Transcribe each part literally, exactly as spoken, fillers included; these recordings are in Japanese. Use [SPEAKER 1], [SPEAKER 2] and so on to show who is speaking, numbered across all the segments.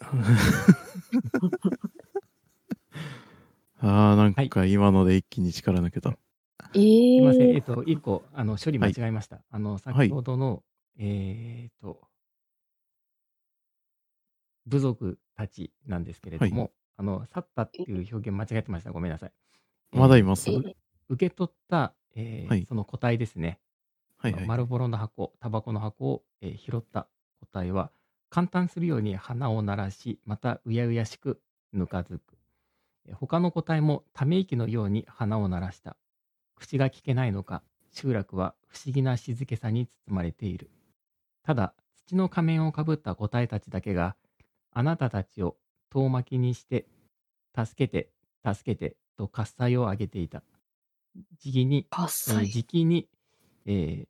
[SPEAKER 1] あー、なん
[SPEAKER 2] はい。
[SPEAKER 1] か今ので一気に力抜けた。
[SPEAKER 2] すいません。
[SPEAKER 3] ええ
[SPEAKER 2] えっと、一個、あの、処理間違
[SPEAKER 1] はい。
[SPEAKER 2] えました。あの、
[SPEAKER 1] は
[SPEAKER 2] 先
[SPEAKER 1] い。
[SPEAKER 2] ほどの、えっと、部族たちなんですけれ
[SPEAKER 1] はい。
[SPEAKER 2] ども、あの、去ったっていう表現間違えてました。ごめんなさい。
[SPEAKER 1] まだい
[SPEAKER 2] えっと、
[SPEAKER 1] ます？
[SPEAKER 2] う
[SPEAKER 3] え
[SPEAKER 2] 受け取った、
[SPEAKER 1] は
[SPEAKER 2] えー
[SPEAKER 1] い。
[SPEAKER 2] その個体ですね。
[SPEAKER 1] はいはいはい。
[SPEAKER 2] あの丸ボロの箱、タバコの箱を、えー拾った個体は、簡単するように鼻を鳴らし、またうやうやしくぬかずく。えー他の個体もため息のように鼻を鳴らした。口が聞けないのか、集落は不思議な静けさに包まれている。ただ、土の仮面をかぶった個体たちだけが、あなたたちを遠巻きにして、助けて、助けて、と喝采を上げていた。じきに、
[SPEAKER 3] 喝
[SPEAKER 2] えー、
[SPEAKER 3] 采。
[SPEAKER 2] じきに、えー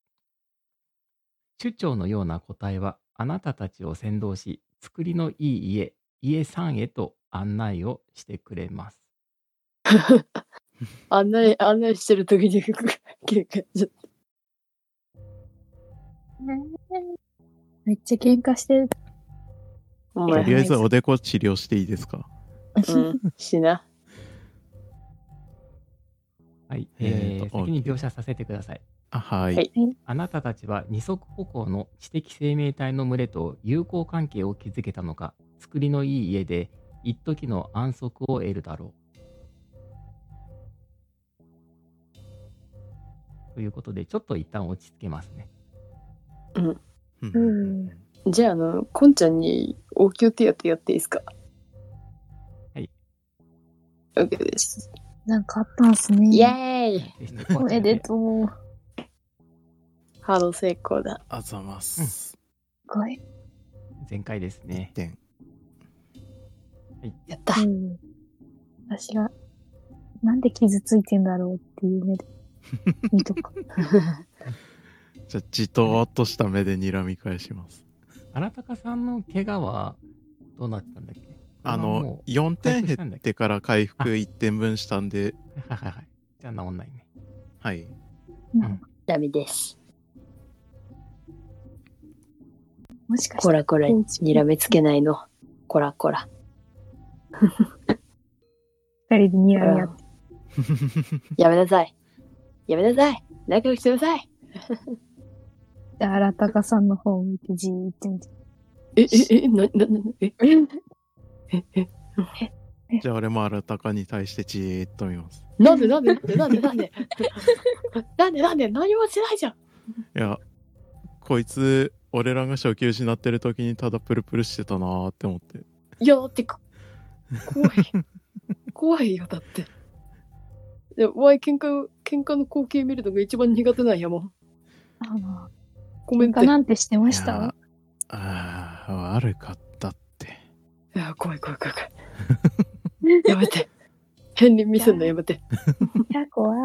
[SPEAKER 2] 首長のような個体は、あなたたちを先導し、作りのいい家、家さんへと案内をしてくれます。
[SPEAKER 3] 案内、案内してる時に喧嘩しちゃった。
[SPEAKER 4] めっちゃ喧嘩してる。
[SPEAKER 3] お前、
[SPEAKER 1] とりあえずおでこ治療していいですか？
[SPEAKER 3] うん、しな。
[SPEAKER 2] はい、
[SPEAKER 1] えーと
[SPEAKER 2] えー先に
[SPEAKER 1] OK
[SPEAKER 2] 描写させてください。
[SPEAKER 1] あ、はい。
[SPEAKER 3] はい
[SPEAKER 2] あなたたちは二足歩行の知的生命体の群れと友好関係を築けたのか、作りのいい家で一時の安息を得るだろう。ということで、ちょっと一旦落ち着けますね。
[SPEAKER 3] うん。
[SPEAKER 1] うん
[SPEAKER 4] う
[SPEAKER 1] うんうん
[SPEAKER 4] ん。
[SPEAKER 3] じゃあ、あの、こんちゃんに応急手当やっていいですか？
[SPEAKER 2] はい。
[SPEAKER 3] OK です。
[SPEAKER 4] なんかあったんすね。
[SPEAKER 3] イエーイ。
[SPEAKER 2] 決して
[SPEAKER 4] おめでとう。
[SPEAKER 3] ハード成功だ。
[SPEAKER 1] あざます。
[SPEAKER 4] すごい。
[SPEAKER 2] 全開です
[SPEAKER 1] いっ
[SPEAKER 2] ね。
[SPEAKER 1] てん。
[SPEAKER 3] やった。
[SPEAKER 4] うん。私が、なんで傷ついてんだろうっていう目で見とく。
[SPEAKER 1] じゃあ、じとーっとした目で睨み返します。
[SPEAKER 2] あなたかさんの怪我はどうなったんだっけ？
[SPEAKER 1] あの
[SPEAKER 2] これはも、う
[SPEAKER 1] よんてん減
[SPEAKER 2] 回復したんだっけ？
[SPEAKER 1] ってから回復いってんぶんしたんで、
[SPEAKER 2] はいはいはい。じゃあ治んないね。
[SPEAKER 1] はい。
[SPEAKER 4] うん
[SPEAKER 3] ダメです。
[SPEAKER 4] もしかして、
[SPEAKER 3] こらこら、にらめつけないの。こらこら。
[SPEAKER 4] 二人でニヤニヤって。
[SPEAKER 3] やめなさい。やめなさい。仲良くしてください。
[SPEAKER 4] で、荒高さんの方を見てじーって見て。
[SPEAKER 3] え、え、え、な、な、な、え、え、え、
[SPEAKER 1] じゃあ、俺も新たかに対してじーっと見ます。
[SPEAKER 3] なんでなんでなんでなんでなんでなんで何もしてないじゃん。
[SPEAKER 1] いや、こいつ、俺らが初級失ってる時にただプルプルしてたなーって思って。
[SPEAKER 3] いや、だってこ、怖い。怖いよ、だって。で、お前、喧嘩、喧嘩の光景見るのが一番苦手なんやもん。
[SPEAKER 4] あの、
[SPEAKER 3] ごめんって。
[SPEAKER 4] 喧嘩なんてしてまし
[SPEAKER 1] いや
[SPEAKER 4] た？
[SPEAKER 1] ああ、悪かったって。
[SPEAKER 3] いや、怖い怖い怖い怖い。やめて。変に見せんのやめて。
[SPEAKER 4] いや、怖い。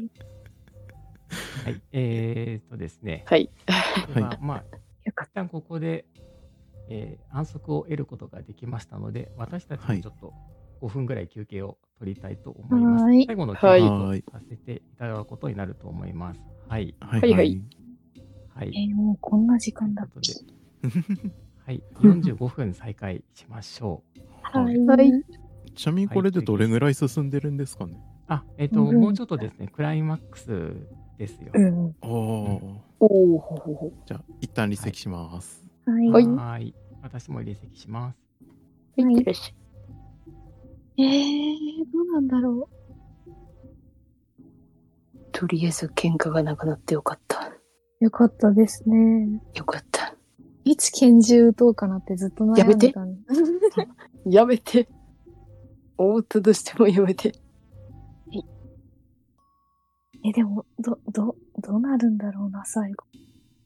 [SPEAKER 2] はい。えーっとですね。
[SPEAKER 3] はい。
[SPEAKER 2] では、まあ、
[SPEAKER 4] よかっ
[SPEAKER 2] 一旦ここで、えー安息を得ることができましたので、私たちもちょっとごふんぐらい休憩を取りたいと思います。
[SPEAKER 4] はーい
[SPEAKER 2] 最後の休
[SPEAKER 3] はい
[SPEAKER 2] 憩とさせていただくことになると思います。はい。
[SPEAKER 1] はい
[SPEAKER 3] はいはい
[SPEAKER 2] はい。
[SPEAKER 4] た。えー、もうこんな時間だっけ？
[SPEAKER 2] ということで、はい。よんじゅうごふん再開しましょう。
[SPEAKER 4] はい。
[SPEAKER 3] はい
[SPEAKER 1] ちなみにこれでどれぐらい進んでるんですかね？
[SPEAKER 2] あ、えっ、と、
[SPEAKER 4] うん
[SPEAKER 2] もうちょっとですね、クライマックスですよ。
[SPEAKER 4] うん。
[SPEAKER 1] おお、
[SPEAKER 3] おおほほほ。
[SPEAKER 1] じゃあ一旦離席します。
[SPEAKER 4] はい。
[SPEAKER 3] はい
[SPEAKER 2] はーい。私も離席します。
[SPEAKER 3] はい、いってらっしゃい。
[SPEAKER 4] えー、どうなんだろ
[SPEAKER 3] とりあえず喧嘩がなくなってよかった。
[SPEAKER 4] う。よかったですね。
[SPEAKER 3] よかった。
[SPEAKER 4] いつ拳銃撃とうかなってずっと悩んでたんで。
[SPEAKER 3] やめて。思ったとしてもやめて。
[SPEAKER 4] え、でも、ど、ど、どうなるんだろうな、最後。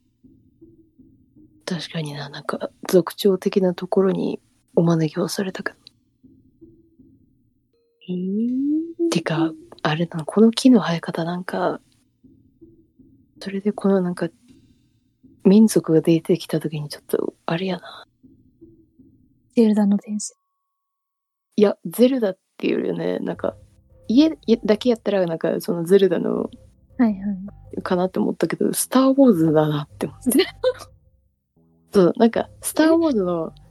[SPEAKER 3] 確かにな、なんか、族長的なところにお招きをされたけど。
[SPEAKER 4] えー、
[SPEAKER 3] てか、あれだな、この木の生え方なんか、それでこのなんか、民族が出てきた時にちょっと、あれやな。
[SPEAKER 4] ゼルダの伝説。
[SPEAKER 3] いや、ゼルダっていうよりはね、なんか、家だけやったら、なんか、そのゼルダの、
[SPEAKER 4] はいはい。
[SPEAKER 3] かなって思ったけど、スター・ウォーズだなって思って。そう、なんか、スター・ウォーズの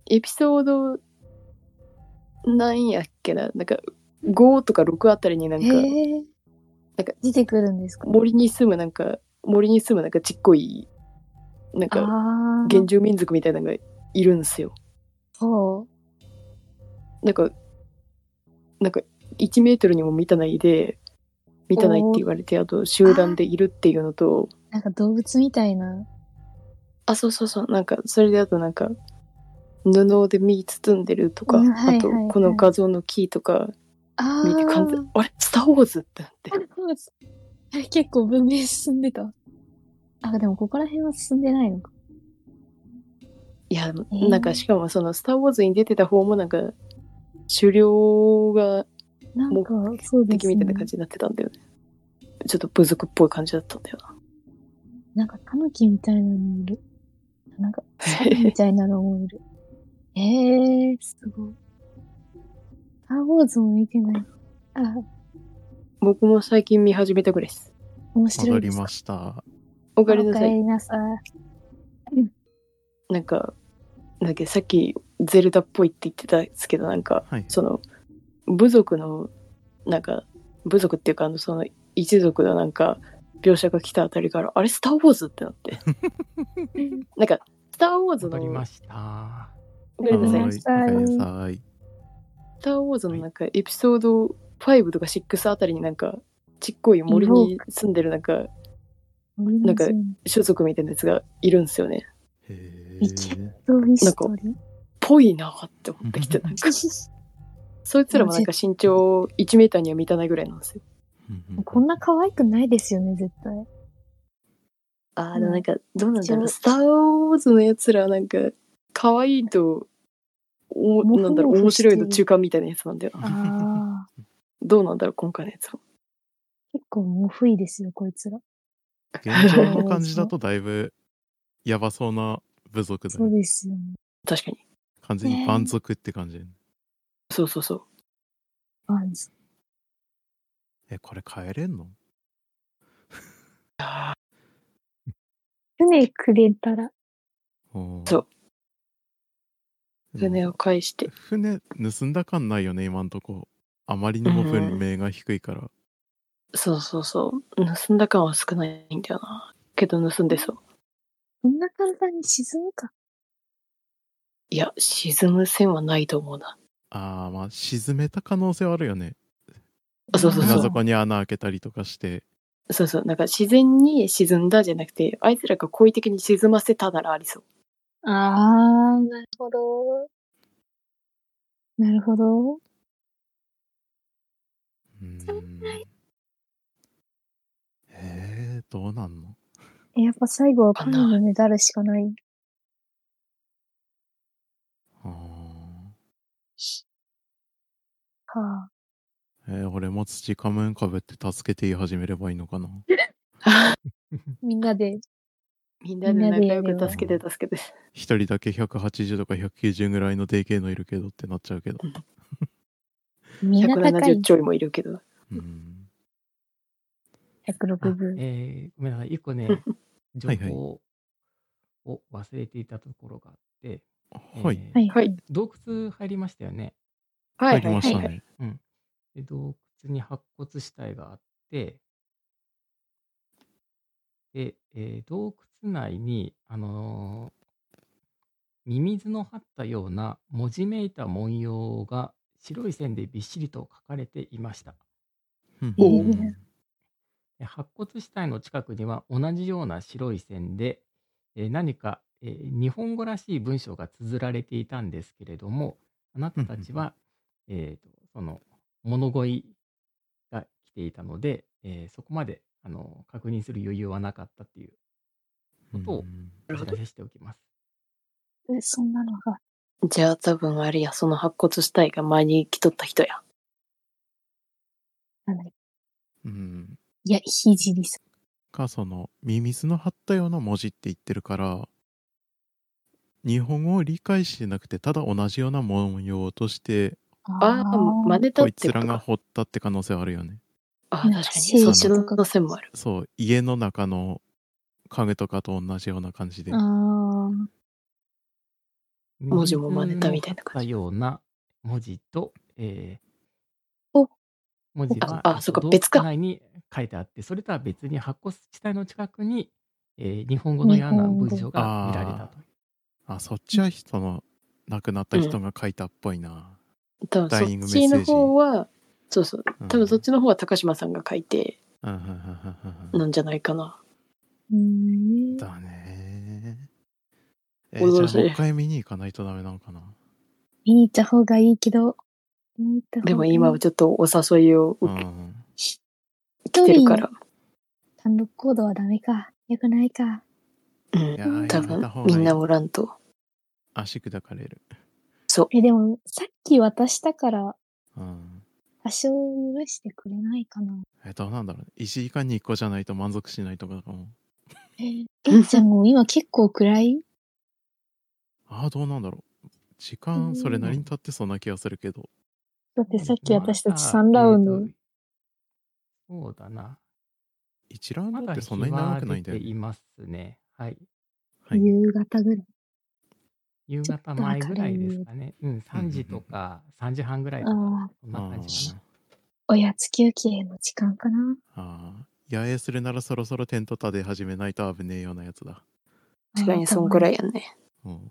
[SPEAKER 3] エピソードなんやっけな、なんかごとかろくあたりになんか、
[SPEAKER 4] へえ。
[SPEAKER 3] なんか
[SPEAKER 4] 出てくるんですか？
[SPEAKER 3] 森に住むなんか、森に住むなんかちっこい、なんか
[SPEAKER 4] ああ。
[SPEAKER 3] 原住民族みたいなのがいるんですよ。
[SPEAKER 4] ほう。
[SPEAKER 3] なんか、なんかいちメートルにも満たないで、満たないって言われて、あと集団でいるっていうのと、
[SPEAKER 4] なんか動物みたいな。
[SPEAKER 3] あ、そうそうそう、なんかそれであとなんか、布で身包んでるとか、
[SPEAKER 4] うんはい
[SPEAKER 3] あと
[SPEAKER 4] はいはい
[SPEAKER 3] この画像のキーとか
[SPEAKER 4] あ
[SPEAKER 3] 見て完全、あれスター・ウォーズってなって。
[SPEAKER 4] あ。結構文明進んでた。あ、でもここら辺は進んでないのか。
[SPEAKER 3] いや、
[SPEAKER 4] ー
[SPEAKER 3] なんかしかもそのスター・ウォーズに出てた方もなんか、狩猟が
[SPEAKER 4] なんか、そうですね
[SPEAKER 3] 敵みたいな。感じになってたんだよね。ちょっと部族っぽい感じだったんだよな。
[SPEAKER 4] なんかタヌキみたいなのいる。なんか、猿みたいなのもいる。ええー、すごい。スター・ウォーズも見てない。あ、
[SPEAKER 3] 僕も最近見始めたぐらいです。
[SPEAKER 4] 面
[SPEAKER 1] わかり
[SPEAKER 4] 白いですか？
[SPEAKER 1] ました。
[SPEAKER 3] おかえりな
[SPEAKER 4] お
[SPEAKER 3] さい。
[SPEAKER 4] かえりなさい。
[SPEAKER 3] なんか、なんだっけ、さっきゼルダっぽいって言ってたんですけど、なんか、
[SPEAKER 1] はい。
[SPEAKER 3] その、部族の、なんか、部族っていうか、あの、その、一族のなんか、描写が来たあたりから、あれ、スター・ウォーズってなって。なんか、スター・ウォーズの、
[SPEAKER 2] わかりました。
[SPEAKER 3] おかえりなさい。
[SPEAKER 1] はーい。
[SPEAKER 3] ス
[SPEAKER 1] おかえりなさい。
[SPEAKER 3] ター・ウォーズのなんか、エピソードごとかろくあたりになんか、ちっこい森に住んでるなんか、なんか、種族みたいなやつがいるんですよね。
[SPEAKER 1] へ
[SPEAKER 4] ミケッ
[SPEAKER 1] え。
[SPEAKER 4] ト・ミストリー。
[SPEAKER 3] ぽいなって思ってきて、なんか、そいつらもなんか身長いちメーターには満たないぐらいなんですよ。
[SPEAKER 4] こんな可愛くないですよね、絶対。
[SPEAKER 3] ああ、でもなんか、どうなんだろう。スター・ウォーズのやつらなんか、可愛いと、お
[SPEAKER 4] モフモフ
[SPEAKER 3] なんだろう、面白いの中間みたいなやつなんだよな。
[SPEAKER 4] ああ。
[SPEAKER 3] どうなんだろう、今回のやつは。
[SPEAKER 4] 結構モフいですよ、こいつら。
[SPEAKER 1] 現状の感じだとだいぶやばそうな部族だ
[SPEAKER 4] そう
[SPEAKER 1] ね。
[SPEAKER 4] ですよね。
[SPEAKER 3] 確かに。
[SPEAKER 1] 完全に蛮族って感じだね。
[SPEAKER 3] そうそうそう。
[SPEAKER 4] バンズ。
[SPEAKER 1] え、これ帰れんの？
[SPEAKER 4] 船くれたら。
[SPEAKER 3] そう
[SPEAKER 1] う。
[SPEAKER 3] 船を返して。
[SPEAKER 1] 船盗んだ感ないよね、今んとこ。あまりにも文明が低いから。
[SPEAKER 3] そうそうそう。盗んだ感は少ないんだよな。けど盗んでそう。
[SPEAKER 4] そんな簡単に沈むか。
[SPEAKER 3] いや、沈む線はないと思うな。
[SPEAKER 1] ああ、まあ、沈めた可能性はあるよね。
[SPEAKER 3] あそうそうそう
[SPEAKER 1] 船底に穴開けたりとかして。
[SPEAKER 3] そうそう。なんか自然に沈んだじゃなくて、あいつらが故意的に沈ませたならありそう。
[SPEAKER 4] あー、なるほど。なるほど。
[SPEAKER 1] うーん。えー、どうなんの？
[SPEAKER 4] えやっぱ最後は神のメダルしかない。
[SPEAKER 1] あ
[SPEAKER 4] はあ。
[SPEAKER 1] ーえー、俺も土仮面かぶって助けて言い始めればいいのかな。
[SPEAKER 4] みんなで。
[SPEAKER 3] みんなで仲良く助けて助けて。
[SPEAKER 1] 一人だけひゃくはちじゅうとかひゃくきゅうじゅうぐらいのでけえのいるけどってなっちゃうけど。
[SPEAKER 4] みんな高い。
[SPEAKER 3] ひゃくななじゅうちょいもいるけど。
[SPEAKER 1] うん。
[SPEAKER 4] ひゃくろくじゅう。
[SPEAKER 2] えー、ごめんなさい。一個ね、情報を忘れていたところがあって、
[SPEAKER 1] はい。
[SPEAKER 2] えー
[SPEAKER 3] はい。
[SPEAKER 2] 洞窟入りましたよね。
[SPEAKER 3] はい。
[SPEAKER 1] 入りましたね。
[SPEAKER 2] うん。で洞窟に白骨死体があって、で、えー洞窟内に、あのーミミズの張ったような文字めいた文様が白い線でびっしりと書かれていました。
[SPEAKER 1] うん
[SPEAKER 3] お
[SPEAKER 1] うんうん
[SPEAKER 2] で白骨死体の近くには同じような白い線で、えー何か、えー日本語らしい文章が綴られていたんですけれども、あなたたちは、えーとその物乞いが来ていたので、えーそこまであの確認する余裕はなかったっていうことをお知らせしておきます。
[SPEAKER 4] え、そんなのが。
[SPEAKER 3] じゃあ多分あれや、その白骨死体が前に来とった人や。
[SPEAKER 4] なんだっけ
[SPEAKER 1] うん。
[SPEAKER 4] いや、ひじりさん。
[SPEAKER 1] か、その、ミミズの貼ったような文字って言ってるから、日本語を理解してなくて、ただ同じような文様として、
[SPEAKER 3] ああ、真似た
[SPEAKER 1] こいつ
[SPEAKER 3] ってことか。
[SPEAKER 1] らが彫ったって可能性はあるよね。
[SPEAKER 3] ああ、確かに。そっちの線もある。
[SPEAKER 1] そう、家の中の家具とかと同じような感じで。
[SPEAKER 4] ああ。
[SPEAKER 3] 文字も真似たみたいな
[SPEAKER 2] 水の張った
[SPEAKER 3] 感じ。
[SPEAKER 2] ような文字と、えー
[SPEAKER 4] お、
[SPEAKER 3] あ、
[SPEAKER 2] 文字は、え
[SPEAKER 3] あ、そっか、
[SPEAKER 2] っと洞
[SPEAKER 3] 別か。
[SPEAKER 2] 窟内に書いてあって、それとは別に発掘地帯の近くに、えー日本語の
[SPEAKER 4] 日
[SPEAKER 2] ような
[SPEAKER 4] 本語。
[SPEAKER 2] 文章が見られた
[SPEAKER 1] あ
[SPEAKER 2] という。
[SPEAKER 1] あ、あ、そっちは人の、亡くなった人が書いたっぽいな。
[SPEAKER 3] 多分そっ
[SPEAKER 1] ダイイングメッ
[SPEAKER 3] ちの
[SPEAKER 1] セージ。
[SPEAKER 3] 方は、そうそう、
[SPEAKER 1] うん
[SPEAKER 3] 多分そっちの方は高島さんが書いて
[SPEAKER 1] うんうんうんうんうん
[SPEAKER 3] なんじゃないかな。
[SPEAKER 4] うーん。
[SPEAKER 1] だね。えーじゃあ
[SPEAKER 3] 驚かしい。
[SPEAKER 1] もう一回見に行かないとダメなのかな。
[SPEAKER 4] 見に行った方がいいけど、見に行った
[SPEAKER 3] でも
[SPEAKER 4] 方がいい。
[SPEAKER 3] 今はちょっとお誘いを
[SPEAKER 1] う
[SPEAKER 3] 受け
[SPEAKER 1] ん。
[SPEAKER 3] 来てるから。
[SPEAKER 4] 単独行動はダメか。よくないか。
[SPEAKER 3] うん
[SPEAKER 1] いやー、
[SPEAKER 3] 多
[SPEAKER 1] やめた
[SPEAKER 3] 分
[SPEAKER 1] 方がいい。
[SPEAKER 3] みんなおらんと。
[SPEAKER 1] 足砕かれる。
[SPEAKER 3] そう。
[SPEAKER 4] え、でも、さっき渡したから、
[SPEAKER 1] うん。
[SPEAKER 4] 多少許してくれないかな。
[SPEAKER 1] え、どうなんだろう。いちじかんにいっこじゃないと満足しないとかかも。
[SPEAKER 4] え、じゃあもう今結構暗い？
[SPEAKER 1] ああ、どうなんだろう。時間それなりに経ってそうな気がするけど。
[SPEAKER 4] だってさっき私たち
[SPEAKER 2] まだ
[SPEAKER 4] さんラウンド。
[SPEAKER 2] えーとそうだな。
[SPEAKER 1] いちラウン
[SPEAKER 2] まだ
[SPEAKER 1] ドってそんな
[SPEAKER 2] 日
[SPEAKER 1] に長
[SPEAKER 2] は出
[SPEAKER 1] くないんだよね。
[SPEAKER 2] ていますね。はい。
[SPEAKER 1] はい。
[SPEAKER 4] 夕方ぐらい。
[SPEAKER 2] 夕
[SPEAKER 4] ちょっと
[SPEAKER 2] 方前ぐらい
[SPEAKER 4] 明るい
[SPEAKER 2] ですかね。うん、さんじとかさんじはんぐらいと
[SPEAKER 4] あ
[SPEAKER 2] か、
[SPEAKER 4] あ、
[SPEAKER 2] そんな感じかな。
[SPEAKER 4] おやつ休憩の時間かな。
[SPEAKER 1] ああ。野営するならそろそろテント立て始めないと危ねえようなやつだ。
[SPEAKER 3] 確かにそんくらいやんね。
[SPEAKER 1] うん。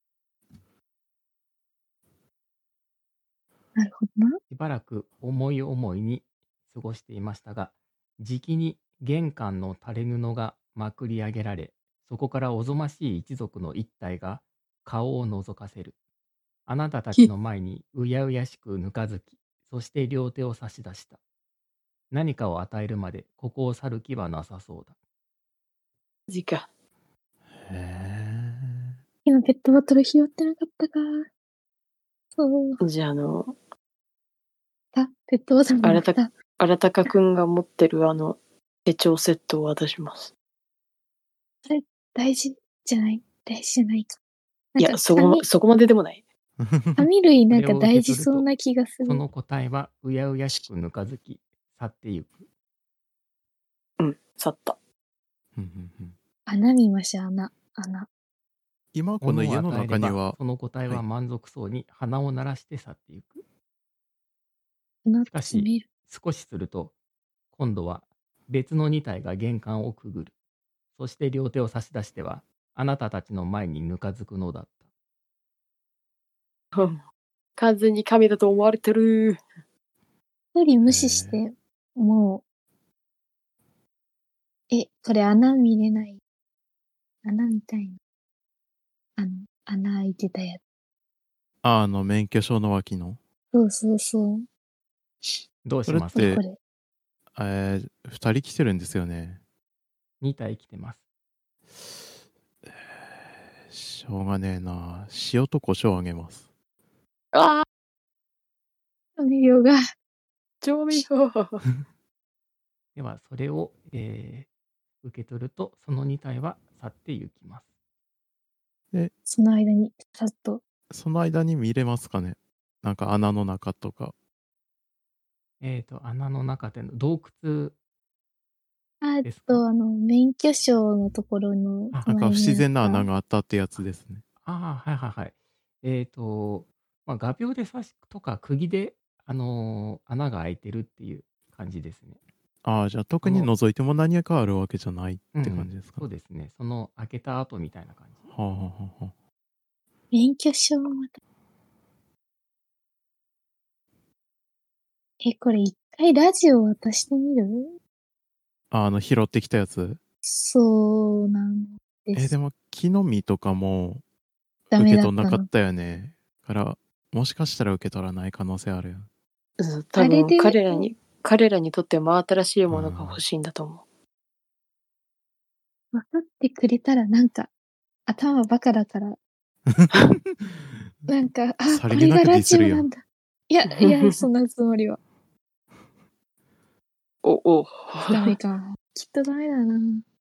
[SPEAKER 4] なるほどな。
[SPEAKER 2] しばらく思い思いに過ごしていましたが、じきに玄関の垂れ布がまくり上げられ、そこからおぞましい一族の一体が顔を覗かせる。あなたたちの前にうやうやしくぬかずき、そして両手を差し出した。何かを与えるまでここを去る気はなさそうだ。
[SPEAKER 3] マジか。
[SPEAKER 1] へえ。
[SPEAKER 4] 今ペットボトル拾ってなかったか。そう。
[SPEAKER 3] じゃあ、あの、
[SPEAKER 4] た、ペットボトルもらった。
[SPEAKER 3] 新新高くんが持ってるあの、手帳セットを渡します。
[SPEAKER 4] それ、大事じゃない大事じゃないか。
[SPEAKER 3] いや、そこま、そこまででもない。
[SPEAKER 4] 紙類なんか
[SPEAKER 2] それを受け
[SPEAKER 4] 大
[SPEAKER 2] 取ると
[SPEAKER 4] 事そうな気がする。
[SPEAKER 2] その個体はうやうやしくぬかずき、去ってゆく。
[SPEAKER 3] うん、去った。
[SPEAKER 1] うんうんうん
[SPEAKER 4] 穴見ましょう、穴。穴。
[SPEAKER 1] 今この家の中に
[SPEAKER 2] 物を与えれば
[SPEAKER 1] は、
[SPEAKER 2] その個体は満足そうに鼻を鳴らして去っていく。
[SPEAKER 4] 穴
[SPEAKER 2] しか
[SPEAKER 4] 閉める。
[SPEAKER 2] 少しすると、今度は別のに体が玄関をくぐる。そして両手を差し出しては、あなたたちの前にぬかずくのだった。
[SPEAKER 3] うん完全に神だと思われてる。
[SPEAKER 4] 一人無視して、もう、え、これ穴見れない。穴みたいな。あの、穴開いてたやつ。
[SPEAKER 1] ああの免許証の脇の。
[SPEAKER 4] そうそうそう。
[SPEAKER 2] どうします
[SPEAKER 1] それって
[SPEAKER 4] これ。
[SPEAKER 1] えー、ふたり来てるんですよね。
[SPEAKER 2] に体来てます。
[SPEAKER 1] えーしょうがねえな。塩と胡椒あげます。
[SPEAKER 3] ああ、
[SPEAKER 4] 調味料が。
[SPEAKER 3] 調味料。
[SPEAKER 2] では、それを、えー受け取ると、そのに体は去って行きます。
[SPEAKER 4] その間に、さっと。
[SPEAKER 1] その間に見れますかね。なんか穴の中とか。
[SPEAKER 2] えっ、と、穴の中での洞窟、
[SPEAKER 4] あ
[SPEAKER 2] ですか
[SPEAKER 4] と、あの、免許証のところの
[SPEAKER 2] あ
[SPEAKER 1] なんか不自然な穴
[SPEAKER 4] が。
[SPEAKER 1] があったってやつですね。
[SPEAKER 2] ああ、はいはいはい。えっ、と、まあ、画鋲で刺しとか釘で、あのー穴が開いてるっていう感じですね。
[SPEAKER 1] ああ、じゃあ特に覗いても何かあるわけじゃないって感じですか、
[SPEAKER 2] そうですね。その開けた後みたいな感じ。
[SPEAKER 1] はあ、はあはあはあ、
[SPEAKER 4] 免許証また。え、これ一回ラジオ渡してみる？
[SPEAKER 1] ああの拾ってきたやつ。
[SPEAKER 4] そうなんです。
[SPEAKER 1] えでも木の実とかも
[SPEAKER 4] ダ
[SPEAKER 1] 受け
[SPEAKER 4] メだったの。
[SPEAKER 1] 取んなかったよね。からもしかしたら受け取らない可能性あるよ。
[SPEAKER 3] うん多分
[SPEAKER 4] あれで
[SPEAKER 3] 彼らに、彼らにとって真新しいものが欲しいんだと思
[SPEAKER 4] 分かってくれたらなんか、頭バカだから、なんか、あ、こ
[SPEAKER 1] さりげなく
[SPEAKER 4] れがラ
[SPEAKER 1] ディスるよ
[SPEAKER 4] ジオなんだ。いや、いや、そんなつもりは。
[SPEAKER 3] う。お、お。
[SPEAKER 4] ダメか。きっとダメだな。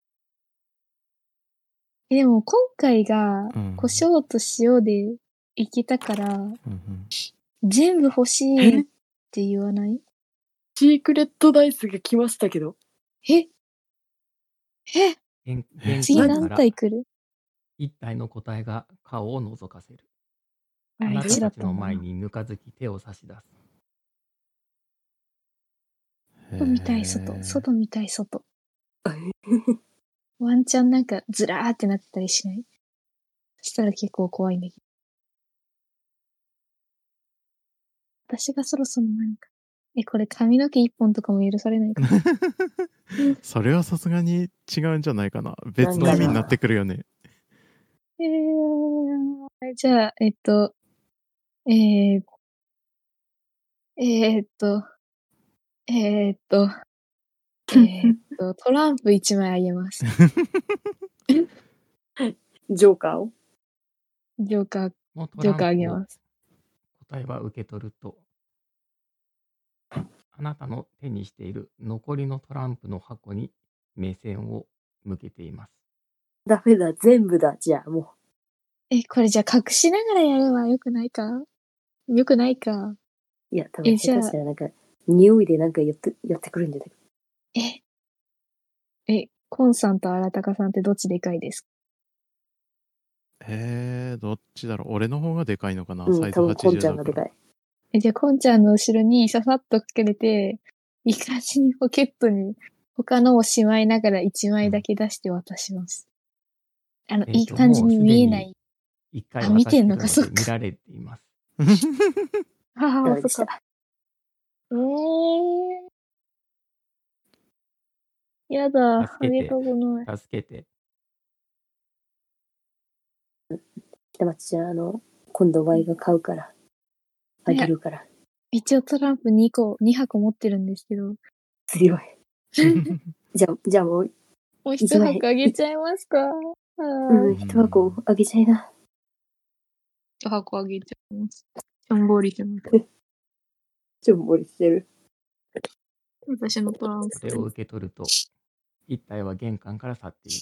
[SPEAKER 4] えでも今回が
[SPEAKER 1] うん、
[SPEAKER 4] 胡椒と塩でいけたから、
[SPEAKER 1] うんうん、
[SPEAKER 4] 全部欲しいって言わない？
[SPEAKER 3] シークレットダイスが来ましたけど。
[SPEAKER 4] ええ
[SPEAKER 2] 玄
[SPEAKER 1] え
[SPEAKER 4] 次何
[SPEAKER 2] 玄関から
[SPEAKER 4] 体来る？
[SPEAKER 2] 一体の個体が顔を覗かせる。 あ
[SPEAKER 4] あ、
[SPEAKER 2] なたたち
[SPEAKER 4] 一だったんだな。
[SPEAKER 2] の前にぬかずき手を差し出す。
[SPEAKER 4] 外見たい、外。
[SPEAKER 1] へえ。
[SPEAKER 4] 外見たい、外。ワンチャンなんかずらーってなってたりしない？そしたら結構怖いんだけど。私がそろそろなんか、え、これ髪の毛一本とかも許されないかな。
[SPEAKER 1] それはさすがに違うんじゃないかな。
[SPEAKER 3] な
[SPEAKER 1] 別
[SPEAKER 3] んか
[SPEAKER 1] の意味になって
[SPEAKER 3] な。
[SPEAKER 1] くるよね。
[SPEAKER 4] えー、じゃあ、えっと、えー、えーっと、えーっと、えーっと、トランプ一枚あげます。
[SPEAKER 3] ジョーカーを
[SPEAKER 4] ジョーカー、
[SPEAKER 2] もうト
[SPEAKER 4] ジョーカーあ
[SPEAKER 2] ランプを
[SPEAKER 4] げます。
[SPEAKER 2] 答えは受け取ると、あなたの手にしている残りのトランプの箱に目線を向けています。
[SPEAKER 3] ダメだ、全部だ、じゃあも
[SPEAKER 4] え、これじゃあ隠しながらやればよくないか？よくないか。
[SPEAKER 3] う。いや、多分
[SPEAKER 4] え、
[SPEAKER 3] 下手
[SPEAKER 4] じゃあ、
[SPEAKER 3] したらなんか、匂いでなんかやって、やってくるんじゃないか。
[SPEAKER 4] え、え、コンさんと荒高さんってどっちでかいですか？
[SPEAKER 1] えー、どっちだろう。俺の方がでかいのかな。
[SPEAKER 3] うん、
[SPEAKER 1] サイズ
[SPEAKER 3] 多分コン
[SPEAKER 1] はちじゅうだから。
[SPEAKER 3] ちゃんがでかい。
[SPEAKER 4] え、じゃあ、コンちゃんの後ろにささっとかけれて、いい感じにポケットに他のをしまいながら一枚だけ出して渡します。あの、いい
[SPEAKER 2] えっと、
[SPEAKER 4] 感じに
[SPEAKER 2] もうすでに
[SPEAKER 4] 見えない。
[SPEAKER 2] 一回
[SPEAKER 4] あ、見
[SPEAKER 2] 渡してる
[SPEAKER 4] てんのか、そっか。
[SPEAKER 2] ので見られています。
[SPEAKER 4] ああ、
[SPEAKER 3] ダメでし。
[SPEAKER 4] そったか。えー、やだ、あ
[SPEAKER 2] 助けて、
[SPEAKER 4] りがとうございます。
[SPEAKER 2] 助けて。
[SPEAKER 3] 北町ちゃん、あの、今度ワイが買うから、あげるから。
[SPEAKER 4] 一応トランプにこ、に箱持ってるんですけど、
[SPEAKER 3] 強い。じゃあ、じゃあもう、
[SPEAKER 4] もう一箱あげちゃいますか？あ
[SPEAKER 3] うん、一箱あげちゃいな。
[SPEAKER 4] 一箱あげちゃいます。しょんぼりしてます。
[SPEAKER 3] ちょんぼりしてる。
[SPEAKER 4] 私のトランプ。
[SPEAKER 2] それを受け取ると、一体は玄関から去っていく。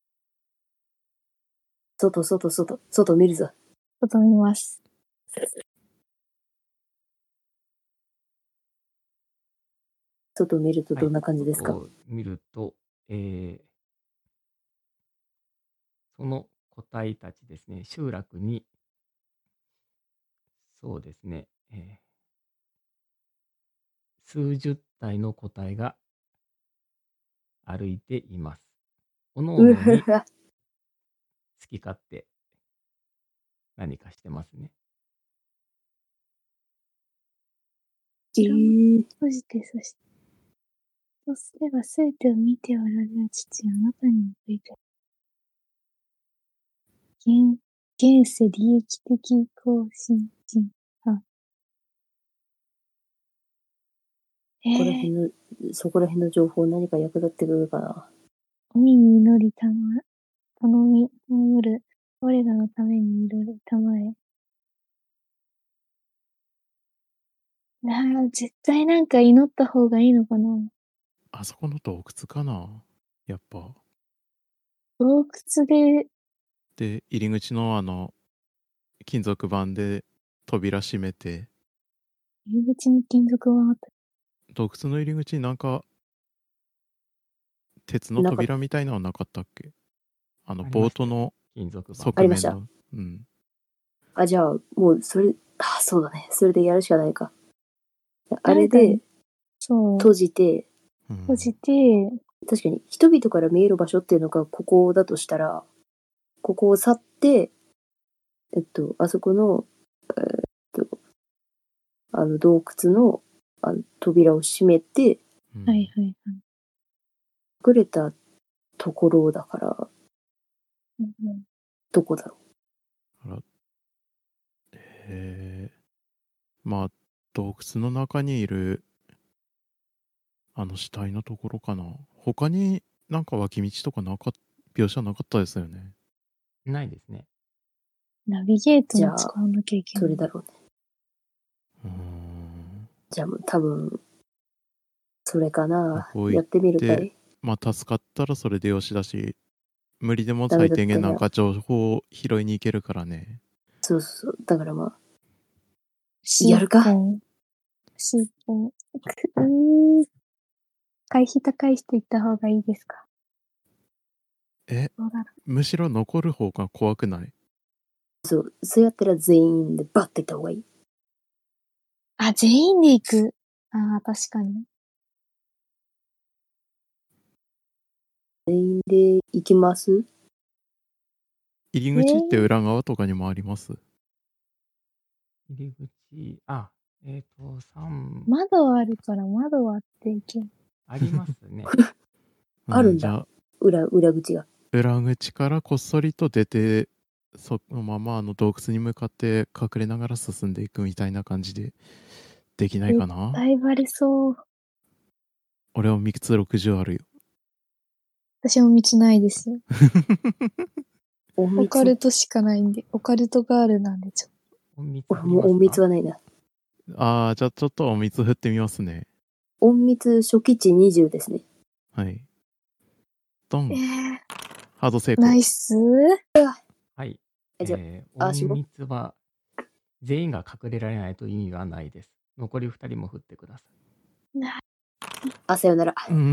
[SPEAKER 3] 外、外、外、外見るぞ。
[SPEAKER 4] 外見ます。
[SPEAKER 3] 外見るとどんな感じですか？
[SPEAKER 2] 外を見ると、えーその個体たちですね、集落に、そうですね、えー数十体の個体が歩いています。おのお
[SPEAKER 3] う
[SPEAKER 2] のに
[SPEAKER 3] わ、
[SPEAKER 2] 好き勝手何かしてますね。
[SPEAKER 3] えー、
[SPEAKER 4] 閉じて、そして。そうすれば全てを見ておられる父はあなたに向いて。現、現世利益的更新人。あ。え
[SPEAKER 3] ここら辺
[SPEAKER 4] ー、
[SPEAKER 3] の、そこら辺の情報何か役立ってくるかな。
[SPEAKER 4] 海に祈りたま、頼み、守る、我らのために祈りたまえ。なあ、絶対なんか祈った方がいいのかな。
[SPEAKER 1] あそこの洞窟かな。やっぱ。
[SPEAKER 4] 洞窟で、
[SPEAKER 1] で、入り口のあの、金属板で扉閉めて、
[SPEAKER 4] 入り口に金属があった。
[SPEAKER 1] 洞窟の入り口になんか、鉄の
[SPEAKER 3] なかった
[SPEAKER 1] 扉みたいなのはなかったっけ？あの、
[SPEAKER 2] ありましたよ
[SPEAKER 1] ボートの
[SPEAKER 2] 金属板。
[SPEAKER 3] ありました
[SPEAKER 1] 側面の。うん。
[SPEAKER 3] あ、じゃあ、もう、それ、あ、そうだね。それでやるしかないか。あれ
[SPEAKER 4] なん
[SPEAKER 3] で、
[SPEAKER 4] かそう、
[SPEAKER 3] 閉じて、
[SPEAKER 1] うん
[SPEAKER 4] 閉じて、
[SPEAKER 3] 確かに人々から見える場所っていうのがここだとしたら、ここを去って、えっと、あそこの、えっと、あの洞窟のあの扉を閉めて、
[SPEAKER 1] うん
[SPEAKER 4] はいはいはい。
[SPEAKER 3] 隠れたところだから、
[SPEAKER 4] うんうん
[SPEAKER 3] どこだろ
[SPEAKER 1] あらへえ。まあ、洞窟の中にいる、あの死体のところかな。他になんか脇道とかなかっ描写なかったですよね。
[SPEAKER 2] ないですね。
[SPEAKER 4] ナビゲート
[SPEAKER 3] じゃあ
[SPEAKER 4] も使わなきゃいけ
[SPEAKER 3] う。
[SPEAKER 4] ない。
[SPEAKER 3] それだろうね。
[SPEAKER 1] うーん。
[SPEAKER 3] じゃあもう多分、それかな。
[SPEAKER 1] こう言っ
[SPEAKER 3] やってみるか
[SPEAKER 1] て、
[SPEAKER 3] い。
[SPEAKER 1] まあ助かったらそれでよしだし、無理でも
[SPEAKER 3] ダメだったら
[SPEAKER 1] 最低限なんか情報を拾いに行けるからね。
[SPEAKER 3] そうそうそう。だからまあ、
[SPEAKER 4] シー
[SPEAKER 3] やるか
[SPEAKER 4] ポン。シーポン。くうー回避高い人行った方がいいですか？
[SPEAKER 1] え、
[SPEAKER 4] どうだろ
[SPEAKER 1] むしろ残る方が怖くない？
[SPEAKER 3] そう、そうやったら全員でバッて行った方がいい。
[SPEAKER 4] あ、全員で行く。ああ、確かに。
[SPEAKER 3] 全員で行きます？
[SPEAKER 1] 入り口って裏側とかにもあります？
[SPEAKER 2] 入り口、あ、えっ、と、三
[SPEAKER 4] 窓あるから窓割っていける。
[SPEAKER 2] ありますね。
[SPEAKER 3] あるんだ
[SPEAKER 1] じゃあ、
[SPEAKER 3] 裏、裏口が。
[SPEAKER 1] 裏口からこっそりと出て、そのままあの洞窟に向かって隠れながら進んでいくみたいな感じでできないかな？
[SPEAKER 4] だいぶありそう。
[SPEAKER 1] 俺はみっつろくじゅうあるよ。
[SPEAKER 4] 私も道ないですよ。
[SPEAKER 3] お
[SPEAKER 4] オカル
[SPEAKER 3] 水。
[SPEAKER 4] トしかないんで、オカルトガールなんでちょっ
[SPEAKER 2] 隠密
[SPEAKER 3] 俺
[SPEAKER 2] 振りますか
[SPEAKER 3] もう隠密はないな。
[SPEAKER 1] ああ、じゃあちょっとお水振ってみますね。
[SPEAKER 3] 隠密初期値にじゅうですね。
[SPEAKER 1] はい。ドン
[SPEAKER 4] と。え。ー、
[SPEAKER 1] ハード成功。
[SPEAKER 4] ナイス。
[SPEAKER 2] はい。
[SPEAKER 3] えじゃあ
[SPEAKER 2] えー、
[SPEAKER 3] あしも
[SPEAKER 2] 隠密は全員が隠れられないと意味はないです。残りふたりも振ってください。
[SPEAKER 3] あ、さよなら。
[SPEAKER 1] うん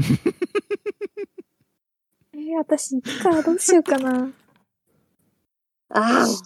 [SPEAKER 4] えー、私行くか、どうしようかな。
[SPEAKER 3] ああ、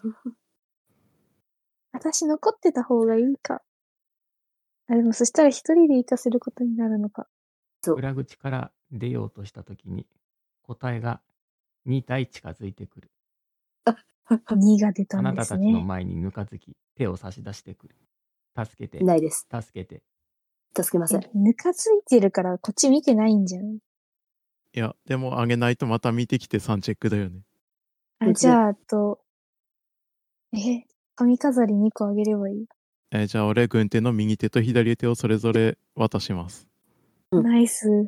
[SPEAKER 4] 私残ってた方がいいか。あ、でもそしたら一人で行かせることになるのか。
[SPEAKER 3] そう。
[SPEAKER 2] 裏口から出ようとしたときに答えがに体近づいてくる。
[SPEAKER 4] にが出た
[SPEAKER 2] あ
[SPEAKER 4] んです
[SPEAKER 2] なたたちの
[SPEAKER 4] ね。
[SPEAKER 2] 前にぬかずき、手を差し出してくる。助けて、
[SPEAKER 3] ないです。
[SPEAKER 2] 助けて。
[SPEAKER 4] え
[SPEAKER 3] 助けません。、
[SPEAKER 4] ぬかついてるからこっち見てないんじゃん。
[SPEAKER 1] いや、でもあげないとまた見てきてさんチェックだよね。
[SPEAKER 4] あ、じゃあ、あと、え、髪飾りにこあげればいい。
[SPEAKER 1] えーじゃあ俺、軍手の右手と左手をそれぞれ渡します。
[SPEAKER 3] うん
[SPEAKER 4] ナイス。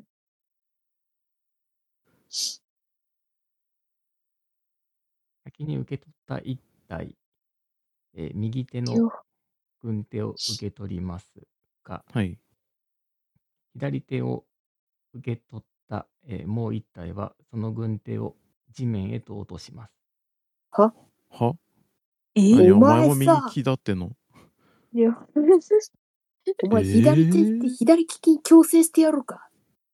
[SPEAKER 2] 先に受け取ったいち体、えー右手の
[SPEAKER 4] よ、
[SPEAKER 2] 軍手を受け取りますが、
[SPEAKER 1] はい。
[SPEAKER 2] 左手を受け取った、えーもういち体はその軍手を地面へと落とします。
[SPEAKER 3] は
[SPEAKER 1] は
[SPEAKER 4] え
[SPEAKER 1] 何
[SPEAKER 3] お
[SPEAKER 1] お前も
[SPEAKER 3] 前さ
[SPEAKER 1] 右利きだっての？
[SPEAKER 4] いや、
[SPEAKER 3] お前
[SPEAKER 1] えー
[SPEAKER 3] 左手って左利きに強制してやろうか。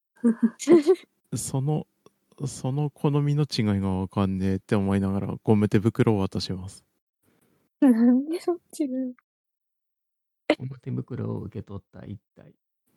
[SPEAKER 1] その、その好みの違いがわかんねえって思いながらゴム手袋を渡します。
[SPEAKER 4] なんでそっちが。
[SPEAKER 2] この手袋を受け取ったいち体、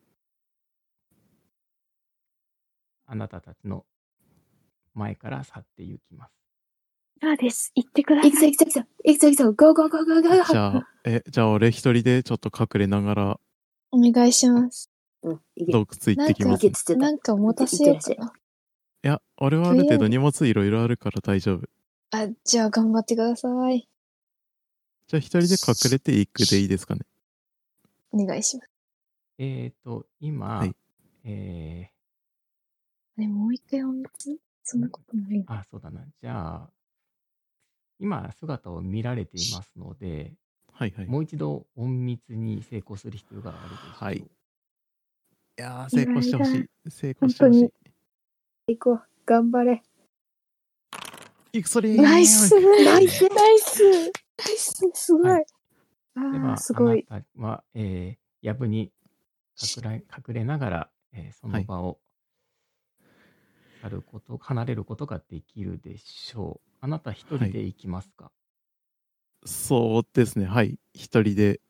[SPEAKER 2] あなたたちの前から去って行きます。
[SPEAKER 4] そうです。行ってくだ
[SPEAKER 3] 行くぞ
[SPEAKER 4] さい。
[SPEAKER 3] 行くぞ行くぞ行くぞ行くぞゴーゴーゴーゴーゴー
[SPEAKER 1] じゃあ、え、じゃあ俺一人でちょっと隠れながら
[SPEAKER 4] お願いします。
[SPEAKER 3] うん、行け。
[SPEAKER 1] 洞窟行ってきます。い
[SPEAKER 3] 行けっつってた。
[SPEAKER 4] なんか持たせようかな。
[SPEAKER 1] や、俺はある程度荷物いろいろあるから大丈夫。
[SPEAKER 4] あ、じゃあ頑張ってください。
[SPEAKER 1] じゃあ一人で隠れていくでいいですかね。
[SPEAKER 4] お願いします。
[SPEAKER 2] えーと、今、
[SPEAKER 1] はい
[SPEAKER 2] え
[SPEAKER 4] ね、もう一回お水そんなことない
[SPEAKER 2] ー、あ、そうだな。じゃあ、今姿を見られていますので、
[SPEAKER 1] はいはい。
[SPEAKER 2] もう一度隠密に成功する必要があるでしょう。
[SPEAKER 1] はいいやー、成功してほしい。成功
[SPEAKER 4] 本当に
[SPEAKER 1] してほしい。
[SPEAKER 3] 行こう。頑張れ。
[SPEAKER 1] イクソリーン
[SPEAKER 4] ナイス
[SPEAKER 3] ナイス
[SPEAKER 4] ナイスナイスすごい、
[SPEAKER 2] はいで
[SPEAKER 4] あ
[SPEAKER 2] は、
[SPEAKER 4] あ、すごい。
[SPEAKER 2] あなたは、えー、藪に隠れ隠れながら、えーその場を去ること、離れることができるでしょう。あなた一人で行きますか？
[SPEAKER 1] そうですね。はい。一人で。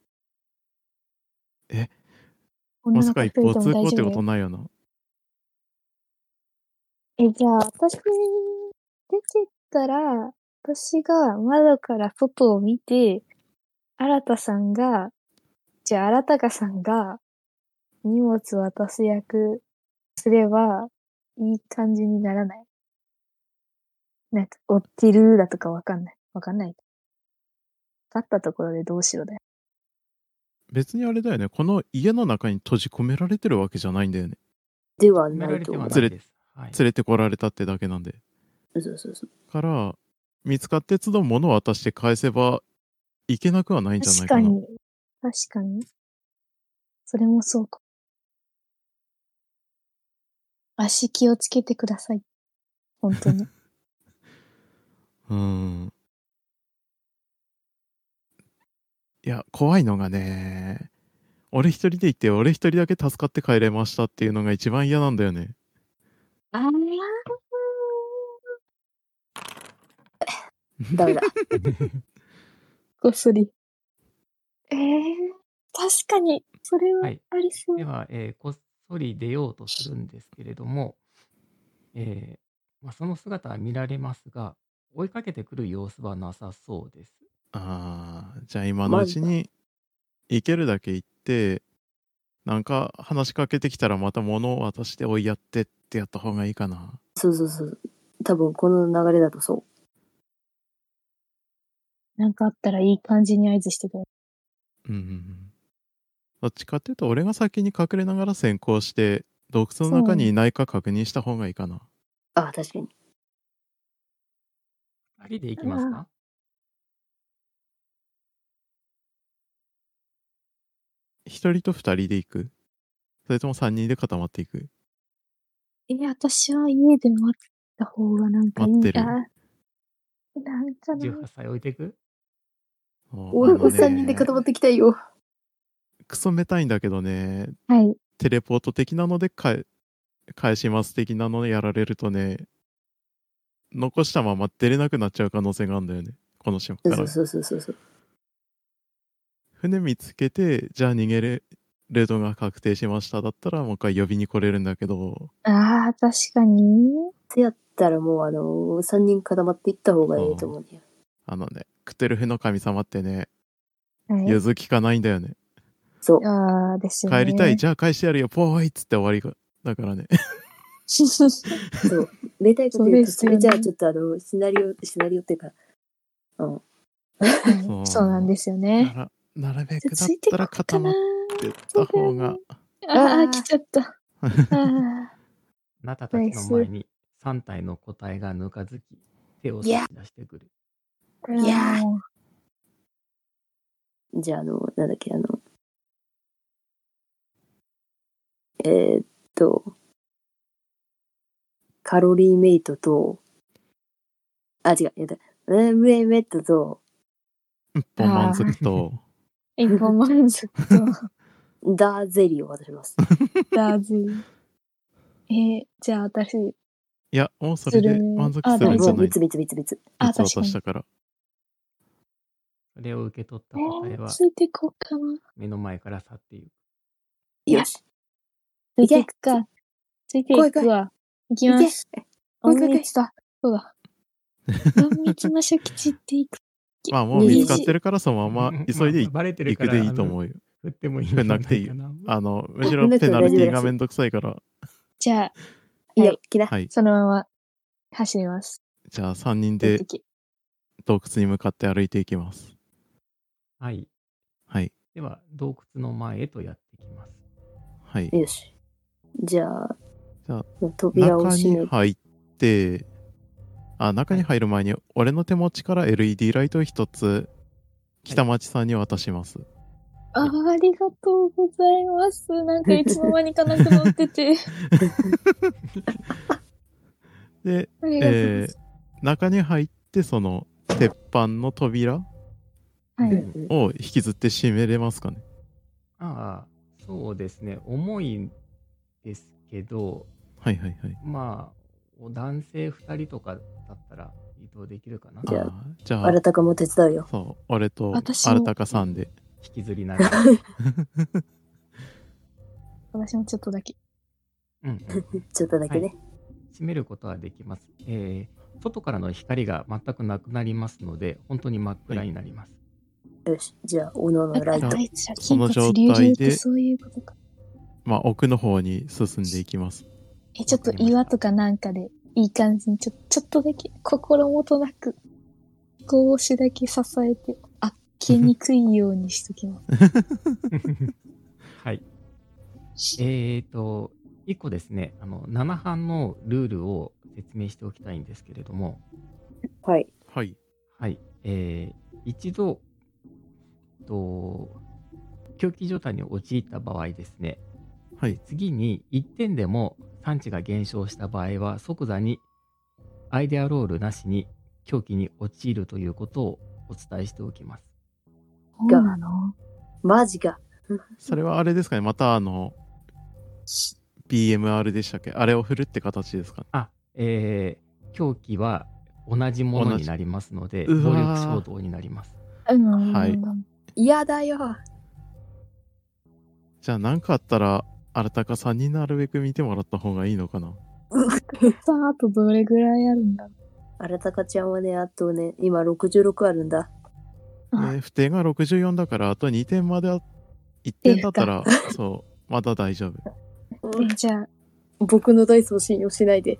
[SPEAKER 1] ま
[SPEAKER 4] 女
[SPEAKER 1] さ
[SPEAKER 4] の子一人で
[SPEAKER 1] か一方通
[SPEAKER 4] も大丈夫
[SPEAKER 1] 行ってことないよな。
[SPEAKER 4] え、じゃあ、私、出てったら、私が窓から外を見て、新田さんが、じゃあ、新高さんが荷物渡す役すれば、いい感じにならない。なんか、追ってるだとかわかんない。わかんない。勝ったところでどうしようだよ。
[SPEAKER 1] 別にあれだよね。この家の中に閉じ込められてるわけじゃないんだよね。
[SPEAKER 3] では
[SPEAKER 2] 決められて
[SPEAKER 3] ないと思う。
[SPEAKER 1] 連れ
[SPEAKER 2] はないです。はい。
[SPEAKER 1] 連れてこられたってだけなんで。
[SPEAKER 3] そうそうそう。
[SPEAKER 1] から、見つかって都度物を渡して返せばいけなくはないんじゃないかな。
[SPEAKER 4] 確かに。確かに。それもそうか。足気をつけてください。本当に。
[SPEAKER 1] うーん。いや、怖いのがね、俺一人で行って、俺一人だけ助かって帰れましたっていうのが一番嫌なんだよね。
[SPEAKER 4] あー
[SPEAKER 3] ダメだ。
[SPEAKER 4] こっそり。えー、確かに、それは
[SPEAKER 2] はい。
[SPEAKER 4] ありそう。
[SPEAKER 2] では、えーこっそり出ようとするんですけれども、えーまあ、その姿は見られますが、追いかけてくる様子はなさそうです。
[SPEAKER 1] ああ、じゃあ今の
[SPEAKER 3] マジだ。
[SPEAKER 1] うちに行けるだけ行って、なんか話しかけてきたらまた物を渡して追いやってってやった方がいいかな。
[SPEAKER 3] そうそうそう。多分この流れだとそう。
[SPEAKER 4] なんかあったらいい感じに合図してくれる。
[SPEAKER 1] うんうんうん。どっちかっていうと俺が先に隠れながら先行して洞窟の中にいないか確認した方がいいかな。
[SPEAKER 3] あ、確かに。
[SPEAKER 2] ふたりで行きますか？
[SPEAKER 1] 一人と二人で行く？それとも三人で固まっていく？
[SPEAKER 4] え、私は家で待った方がなんかいい
[SPEAKER 1] 待ってる。
[SPEAKER 4] な。なんかな。
[SPEAKER 2] じゅうはっさい置いてく？
[SPEAKER 3] 俺も
[SPEAKER 1] あの
[SPEAKER 3] さんにんで固まっ
[SPEAKER 1] ね、
[SPEAKER 3] てきたいよ。
[SPEAKER 1] クソめたいんだけどね、
[SPEAKER 4] はい。
[SPEAKER 1] テレポート的なので返返します的なのやられるとね、残したまま出れなくなっちゃう可能性があるんだよね、この島から。
[SPEAKER 3] そうそうそうそうそう。
[SPEAKER 1] 船見つけて、じゃあ逃げれるのが確定しましただったらもう一回呼びに来れるんだけど、
[SPEAKER 4] ああ、確かに。
[SPEAKER 3] ってやったらもうあの、さんにん固まっていった方がいいと思うんだよ。
[SPEAKER 1] あのね、クテルフの神様ってね、
[SPEAKER 4] はい。
[SPEAKER 1] 融通きかないんだよね。
[SPEAKER 3] そう。
[SPEAKER 4] ああ、ですよね。
[SPEAKER 1] 帰りたい、じゃあ返してやるよ、ぽーいっつって終わりが。だからね。
[SPEAKER 3] そう。明太子
[SPEAKER 4] そう
[SPEAKER 3] というと、
[SPEAKER 4] ですよね
[SPEAKER 3] それじゃあちょっとあの、シナリオ、シナリオっていうか、うん。
[SPEAKER 4] はい
[SPEAKER 1] そう
[SPEAKER 4] そうなんですよ
[SPEAKER 1] な
[SPEAKER 4] ね。
[SPEAKER 1] ら、なるべ
[SPEAKER 4] じゃあ
[SPEAKER 1] くだっ
[SPEAKER 4] ついて
[SPEAKER 1] たら
[SPEAKER 4] こっかな
[SPEAKER 1] 固まってった方が。
[SPEAKER 4] ああ、
[SPEAKER 3] あー
[SPEAKER 4] 来ちゃった。ああ。
[SPEAKER 2] あなたたちの
[SPEAKER 4] ナイス。
[SPEAKER 2] 前にさん体の個体がぬかずき、手を差し出してくる。
[SPEAKER 3] いやー
[SPEAKER 4] も
[SPEAKER 3] じゃああの、なんだっけ、あの、えーっと、カロリーメイトと、あ、違う、やだ、メメメットと、
[SPEAKER 1] 一本満足と、
[SPEAKER 4] う、一本満足と、
[SPEAKER 3] ダーゼリーを渡します。
[SPEAKER 4] ダーズリー。えー、じゃあ私、
[SPEAKER 1] いや、もうそれで満足するんじ
[SPEAKER 3] もう
[SPEAKER 1] ゃない？
[SPEAKER 3] 三つ三つ三つ三つ。
[SPEAKER 4] あ、
[SPEAKER 1] 三つ
[SPEAKER 4] 確かに。
[SPEAKER 1] 渡したから。
[SPEAKER 2] それを受け取った
[SPEAKER 4] え
[SPEAKER 2] 個体
[SPEAKER 4] ー、
[SPEAKER 2] は
[SPEAKER 4] ついてこっかな。
[SPEAKER 2] 目の前から去っていく。
[SPEAKER 3] よし。
[SPEAKER 4] ついていくか。ついていくわ。いきます。
[SPEAKER 3] 来い来い
[SPEAKER 4] 隠密だ。そうだ。隠密の初期地っていく。
[SPEAKER 1] まあもう見つかってるからそのまま急いで
[SPEAKER 2] まあバレてる
[SPEAKER 1] 行く
[SPEAKER 2] から
[SPEAKER 1] でいいと思うよ。
[SPEAKER 2] 振ってもいいんじゃないか
[SPEAKER 1] 振んなくていいよ
[SPEAKER 2] な。
[SPEAKER 1] あの、むしろペナルティがめんどくさいから。
[SPEAKER 4] じゃあ、
[SPEAKER 3] いいよ
[SPEAKER 4] はい、
[SPEAKER 3] 来な。
[SPEAKER 1] はい。
[SPEAKER 4] そのまま走ります。
[SPEAKER 1] じゃあさんにんで洞窟に向かって歩いていきます。
[SPEAKER 2] はい。
[SPEAKER 1] はい。
[SPEAKER 2] では、洞窟の前へとやってきます。
[SPEAKER 1] はい。
[SPEAKER 3] よし。じゃあ、
[SPEAKER 1] じゃあ
[SPEAKER 3] 扉を
[SPEAKER 1] 中
[SPEAKER 3] 閉めて。
[SPEAKER 1] に入って、あ、中に入る前に、俺の手持ちから エルイーディー ライトを一つ、北町さんに渡します。
[SPEAKER 4] あありがとうございます。なんかいつの間にかなくなってて。
[SPEAKER 1] で、
[SPEAKER 4] ありがとうござい
[SPEAKER 1] えー
[SPEAKER 4] ます。
[SPEAKER 1] 中に入ってその鉄板の扉
[SPEAKER 4] はい。
[SPEAKER 1] を引きずって閉めれますかね？
[SPEAKER 2] ああ、そうですね。重いんですけど、
[SPEAKER 1] はいはいはい。
[SPEAKER 2] まあ、男性ふたりとかだったら移動できるかな。
[SPEAKER 3] じゃあ
[SPEAKER 1] あーじゃあ
[SPEAKER 3] あらたかも手伝うよ。
[SPEAKER 1] そう俺と
[SPEAKER 4] 私も
[SPEAKER 1] あらたかさんで。
[SPEAKER 2] 引きずりながら。
[SPEAKER 4] 私もちょっとだけ。
[SPEAKER 2] うんうん
[SPEAKER 3] ちょっとだけね。
[SPEAKER 2] 閉めることはできます。えー外からの光が全くなくなりますので、本当に真っ暗になります。
[SPEAKER 3] よし。じゃあ、おのおのライト。
[SPEAKER 4] あいつら
[SPEAKER 1] その状
[SPEAKER 4] 筋骨隆々
[SPEAKER 1] 態で
[SPEAKER 4] ってそういうことか。
[SPEAKER 1] まあ奥の方に進んでいきます。
[SPEAKER 4] え、ちょっと岩とかなんかでいい感じにちょちょっとだけ心もとなく少しだけ支えてあけにくいようにしときます。
[SPEAKER 2] はい。えーと、いっこですね、あの、なな班のルールを説明しておきたいんですけれども、
[SPEAKER 3] はい。
[SPEAKER 1] はい。
[SPEAKER 2] はい。えー一度、と、狂気状態に陥った場合ですね、
[SPEAKER 1] はい。
[SPEAKER 2] 次にいってんでも産地が減少した場合は即座にアイデアロールなしに狂気に陥るということをお伝えしておきます。
[SPEAKER 4] そうなの？
[SPEAKER 3] マジか。
[SPEAKER 1] それはあれですかね、またあの ビーエムアール でしたっけ、あれを振るって形ですかね？
[SPEAKER 2] あ、えー、狂気は同じものになりますので、
[SPEAKER 1] 同じうわー
[SPEAKER 2] 暴力衝動になります。
[SPEAKER 4] えうん。
[SPEAKER 1] はい
[SPEAKER 3] 嫌だよ。
[SPEAKER 1] じゃあ何かあったら、あらたかさんになるべく見てもらった方がいいのかな。
[SPEAKER 4] さあ、あとどれぐらいあるんだろ
[SPEAKER 3] あらたかちゃんはね、あとね、今ろくじゅうろくあるんだ。
[SPEAKER 4] う。
[SPEAKER 1] えー、不定がろくじゅうよんだから、あとにてんまであ、いってんだったら、そう、まだ大丈夫。
[SPEAKER 3] うん
[SPEAKER 4] え、じゃあ、
[SPEAKER 3] 僕のダイスを信用しないで。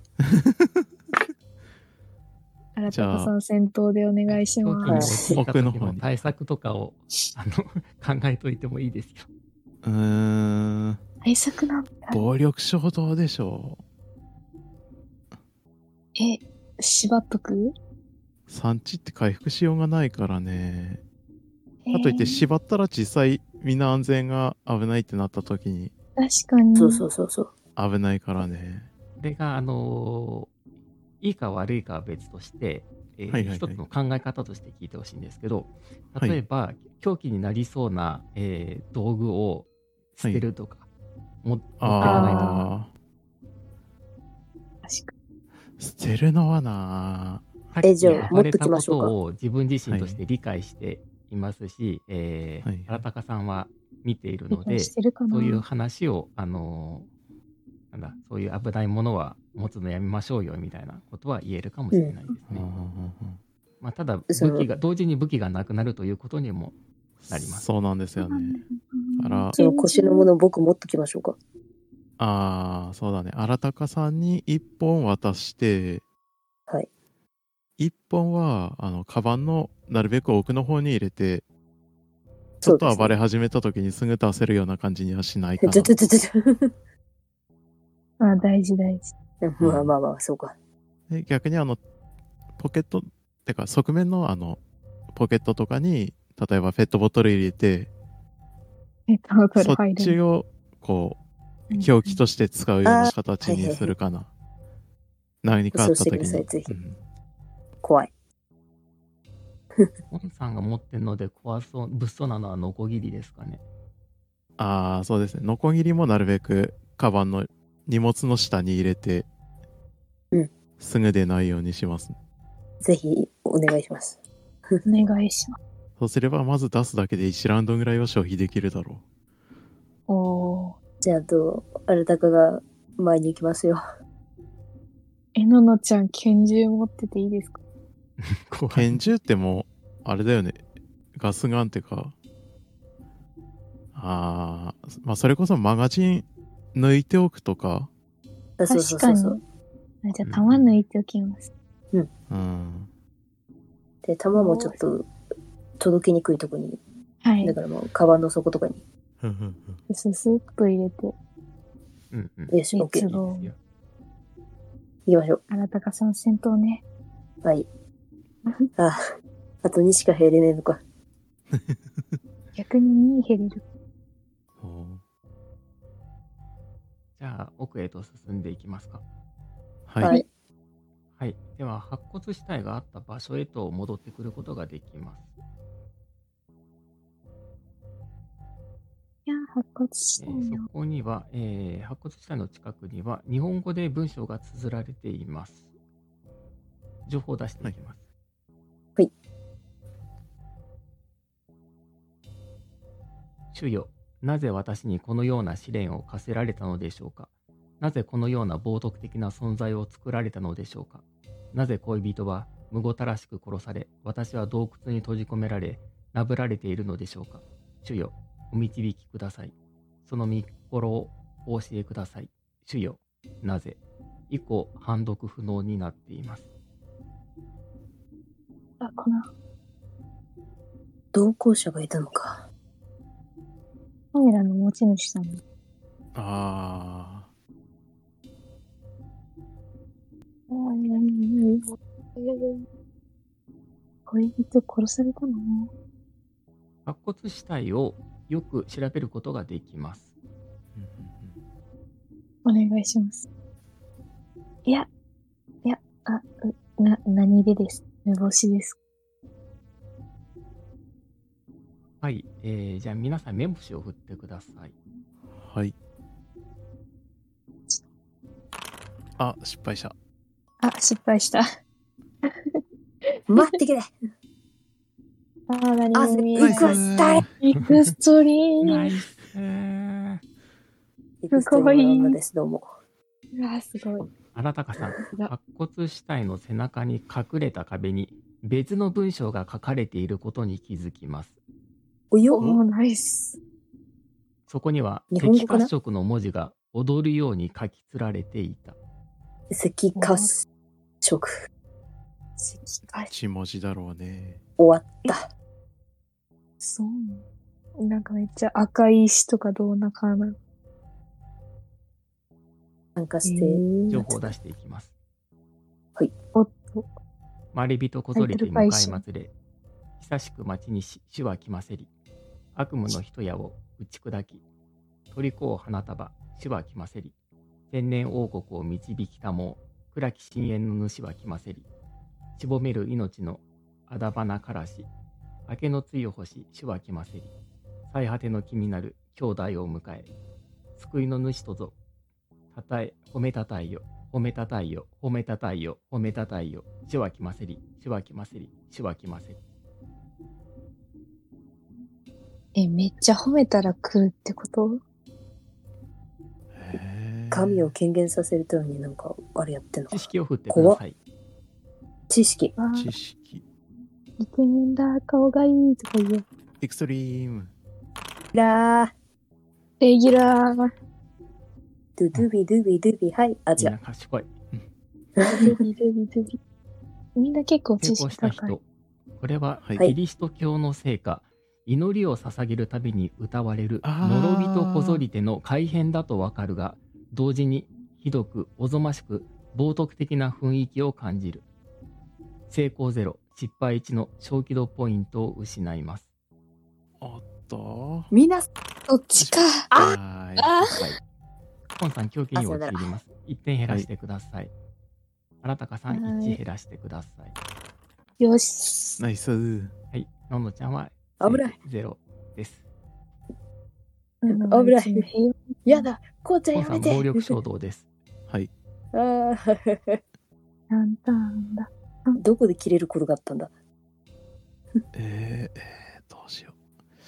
[SPEAKER 4] あらたかさん先頭でお願いし
[SPEAKER 2] 長期に
[SPEAKER 4] ます。
[SPEAKER 2] 陥った時
[SPEAKER 1] 奥の方に
[SPEAKER 2] の対策とかをあの考えといてもいいですよ。
[SPEAKER 1] うーん、
[SPEAKER 4] 対策なんだ。
[SPEAKER 1] 暴力衝動でしょ
[SPEAKER 4] え、縛っとく
[SPEAKER 1] う。産地って回復しようがないからね。
[SPEAKER 4] え
[SPEAKER 1] かといって
[SPEAKER 4] ー
[SPEAKER 1] 縛ったら実際みんな安全が危ないってなった時に
[SPEAKER 4] 確かに。
[SPEAKER 3] そうそうそうそう。
[SPEAKER 1] 危ないからね。
[SPEAKER 2] これが、あのいいか悪いかは別として、えー
[SPEAKER 1] はいはいはい
[SPEAKER 2] 一つの考え方として聞いてほしいんですけど、
[SPEAKER 1] はい
[SPEAKER 2] 例えば、狂気になりそうな、えー道具を捨てるとか、も持っていかないとか、
[SPEAKER 1] あ
[SPEAKER 4] 確か
[SPEAKER 1] ー、捨てるのはな
[SPEAKER 2] さっき
[SPEAKER 3] えじゃあ
[SPEAKER 2] 言われた
[SPEAKER 3] 持っときましょうか
[SPEAKER 2] ことを自分自身として理解していますし、えー
[SPEAKER 1] はい
[SPEAKER 2] 荒高さんは見ている
[SPEAKER 4] に。
[SPEAKER 2] ので、
[SPEAKER 4] 理解してるかな。
[SPEAKER 2] そういう話を、あのーなんだ、そういう危ないものは持つのやめましょうよみたいなことは言えるかもしれないですね。
[SPEAKER 1] うんうんうんうん
[SPEAKER 2] まあ、ただ
[SPEAKER 3] その
[SPEAKER 2] 武器が、同時に武器がなくなるということにもなります。
[SPEAKER 1] そうなんですよね。あら
[SPEAKER 3] その腰のものを僕持っときましょうか。
[SPEAKER 1] ああ、そうだね。荒高さんにいっぽん渡して、
[SPEAKER 3] はい。
[SPEAKER 1] いっぽんは、あの、カバンのなるべく奥の方に入れて、ちょっ
[SPEAKER 3] そうですね
[SPEAKER 1] と暴れ始めた時にすぐ出せるような感じにはしないかな
[SPEAKER 3] ちょ。ちょちょちょちょ。
[SPEAKER 4] あ、大事大事。
[SPEAKER 3] まあまあまあ、そうか。
[SPEAKER 1] で逆にあの、ポケット、てか側面のあの、ポケットとかに、例えばペットボトル入れて、
[SPEAKER 4] えっと、ボト
[SPEAKER 1] そっ
[SPEAKER 4] ル入る。
[SPEAKER 1] ちを、こう、
[SPEAKER 4] うん
[SPEAKER 1] 凶器として使うような形にするかな。何かあった時
[SPEAKER 3] そうしてください
[SPEAKER 1] に。
[SPEAKER 3] ぜひ
[SPEAKER 1] うん
[SPEAKER 3] 怖い。
[SPEAKER 2] ポンさんが持ってるので怖そう、物騒なのはノコギリですかね。
[SPEAKER 1] ああ、そうですね。ノコギリもなるべく、カバンの荷物の下に入れて、
[SPEAKER 3] うん
[SPEAKER 1] すぐ出ないようにします。
[SPEAKER 3] ぜひ、お願いします。
[SPEAKER 4] お願いします。
[SPEAKER 1] そうすれば、まず出すだけでいちラウンドぐらいは消費できるだろ
[SPEAKER 4] おー。
[SPEAKER 3] じゃあ、あと、あれたかが前に行きますよ。
[SPEAKER 4] えののちゃん、拳銃持ってていいですか？
[SPEAKER 1] う。拳銃ってもう、あれだよね。ガスガンってか、ああ、まあ、それこそマガジン抜いておくとか、
[SPEAKER 3] あそうそ
[SPEAKER 4] 確かに。
[SPEAKER 3] うそうそう。
[SPEAKER 4] あじゃあ、弾抜いておきます。
[SPEAKER 1] うん。
[SPEAKER 3] で、弾もちょっと届きにくいとこに、
[SPEAKER 4] はい
[SPEAKER 3] だ。からもう、カバンの底とかに。
[SPEAKER 1] ふんふんふん
[SPEAKER 4] ススッと入れて、
[SPEAKER 2] うんうん。
[SPEAKER 3] よし、オッケー。
[SPEAKER 4] 熱を
[SPEAKER 2] いいですよ。
[SPEAKER 3] 行きましょう。
[SPEAKER 4] あらたかさん先頭ね。
[SPEAKER 3] はい。あ、あとにしか減れねえのか。
[SPEAKER 4] 逆にに減れる。
[SPEAKER 1] おー
[SPEAKER 2] じゃあ、奥へと進んでいきますか。
[SPEAKER 1] はい。
[SPEAKER 3] はい
[SPEAKER 2] はい。では、白骨死体があった場所へと戻ってくることができます。
[SPEAKER 4] いやー、発骨し
[SPEAKER 2] えー
[SPEAKER 4] たいよ。
[SPEAKER 2] そこには、えー白骨死体の近くには日本語で文章が綴られています。情報を出していきます。
[SPEAKER 3] はい。
[SPEAKER 2] 主よ、なぜ私にこのような試練を課せられたのでしょうか。なぜこのような冒涜的な存在を作られたのでしょうか。なぜ恋人はむごたらしく殺され、私は洞窟に閉じ込められ、なぶられているのでしょうか。主よ、お導きください。その御心をお教えください。主よ、なぜ以降判読不能になっています。
[SPEAKER 4] あ、この
[SPEAKER 3] 同行者がいたのか。
[SPEAKER 4] カメラの持ち主さん。
[SPEAKER 1] あ
[SPEAKER 4] あーうんうんうん恋人殺されたの？
[SPEAKER 2] 白骨死体をよく調べることができます。
[SPEAKER 1] ー。
[SPEAKER 4] お願いします。いや、いや、あ、うな、何でです。目星です。
[SPEAKER 2] はい、えー、じゃあ皆さん目星を振ってください。
[SPEAKER 1] はい。あ、失敗した。
[SPEAKER 4] あ、失敗した。
[SPEAKER 3] 待ってくれ。
[SPEAKER 4] あー、何
[SPEAKER 3] あ、
[SPEAKER 4] も見え
[SPEAKER 3] エ
[SPEAKER 4] ない。
[SPEAKER 3] クスタイ
[SPEAKER 4] エクストリーム。
[SPEAKER 2] ナイス。え
[SPEAKER 3] エクストリームランナーです、どうも。
[SPEAKER 4] うわ、すごい。
[SPEAKER 2] 荒高さん、
[SPEAKER 4] が
[SPEAKER 2] 白骨死体の背中に隠れた壁に別の文章が書かれていることに気づきます。
[SPEAKER 3] およ
[SPEAKER 4] おー、ナイス。
[SPEAKER 2] そこには赤
[SPEAKER 3] 日本語かな
[SPEAKER 2] 褐色の文字が踊るように書き連られていた。
[SPEAKER 3] 赤褐色。
[SPEAKER 4] 石灰。
[SPEAKER 1] 一文字だろうね。
[SPEAKER 3] 終わった。
[SPEAKER 4] そう。なんかめっちゃ赤い石とかどうなかな。
[SPEAKER 3] 参加して、
[SPEAKER 2] 情報を出していきます。
[SPEAKER 4] おっと。
[SPEAKER 2] まれびとこぞりて向かい祭れ。久しく町にし主は来ませり。悪夢の一夜を打ち砕き。鳥子を花束、主は来ませり。千年王国を導きたもう、暗き深淵の主は来ませり。しぼめる命のあだ花からし。明けの露星、主は来ませり。最果ての気になる兄弟を迎え。救いの主とぞ。たたえ、褒めたたえよ。褒めたたえよ。褒めたたえよ。褒めたたえよ。主は来ませり。主は来ませり。主は来ませり。
[SPEAKER 4] え、めっちゃ褒めたら来るってこと？
[SPEAKER 1] へー
[SPEAKER 3] 神を権限させるためになんか、あれやってんのかな。
[SPEAKER 2] 知識を振ってください。
[SPEAKER 3] 知識。
[SPEAKER 4] あ
[SPEAKER 1] 知識。
[SPEAKER 4] イケメンだ、顔がいいとか言う。
[SPEAKER 1] エクストリーム。
[SPEAKER 3] ラー。
[SPEAKER 4] レギュラー。
[SPEAKER 3] ドゥドゥビドゥビドゥビ。はい。あ、
[SPEAKER 2] みん
[SPEAKER 3] じゃ
[SPEAKER 2] な賢い。
[SPEAKER 4] ルビルビルビ。みんな結構知
[SPEAKER 2] 成功した
[SPEAKER 4] 識高い
[SPEAKER 2] 人。。これは
[SPEAKER 1] はい
[SPEAKER 2] キリスト教の聖歌、祈りを捧げるたびに歌われる
[SPEAKER 1] あー
[SPEAKER 2] 諸人こぞりての改変だとわかるが、同時にひどくおぞましく冒涜的な雰囲気を感じる。成功ゼロ、失敗いちの小気度ポイントを失います。
[SPEAKER 1] おっと。
[SPEAKER 3] みんな、
[SPEAKER 4] どっちか。
[SPEAKER 1] はーい。
[SPEAKER 4] あ
[SPEAKER 2] はい。コンさん、狂気に陥ります。いってん減らしてください。荒高さん、
[SPEAKER 4] はい
[SPEAKER 2] いち減らしてください。
[SPEAKER 4] よし。
[SPEAKER 1] ナイス。
[SPEAKER 2] はい。ののちゃんは
[SPEAKER 3] 危ない。
[SPEAKER 2] ゼロです。
[SPEAKER 3] 危ない
[SPEAKER 4] つも平和
[SPEAKER 3] やだ。こうちゃん
[SPEAKER 2] コンさん、
[SPEAKER 3] やめて。
[SPEAKER 2] 暴力衝動です。
[SPEAKER 1] はい。
[SPEAKER 3] あー
[SPEAKER 4] なんだなんだ。
[SPEAKER 3] どこで切れることがあったんだ。
[SPEAKER 1] えー、えー、どうしよ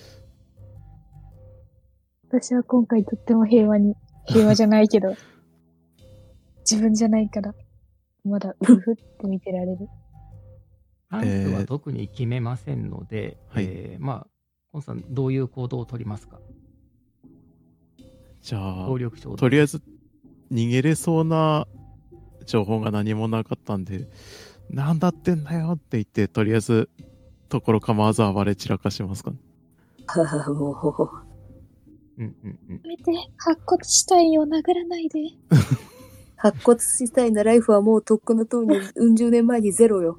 [SPEAKER 4] 私は今回とっても平和に、平和じゃないけど、自分じゃないから、まだうふふって見てられる。
[SPEAKER 2] 関数は特に決めませんので、
[SPEAKER 1] はい
[SPEAKER 2] えーまあ、コンさん、どういう行動を取りますか？
[SPEAKER 1] う。じゃあ
[SPEAKER 2] 暴、力衝動。
[SPEAKER 1] とりあえず逃げれそうな情報が何もなかったんで、なんだってんだよって言って、とりあえず、ところ構わず暴れ散らかしますかね。
[SPEAKER 3] はあ、も
[SPEAKER 2] うんうんうん。
[SPEAKER 4] やめて、白骨死体を殴らないで。
[SPEAKER 3] う、白骨死体のライフはもうとっくのとうに、うん十年前にゼロよ。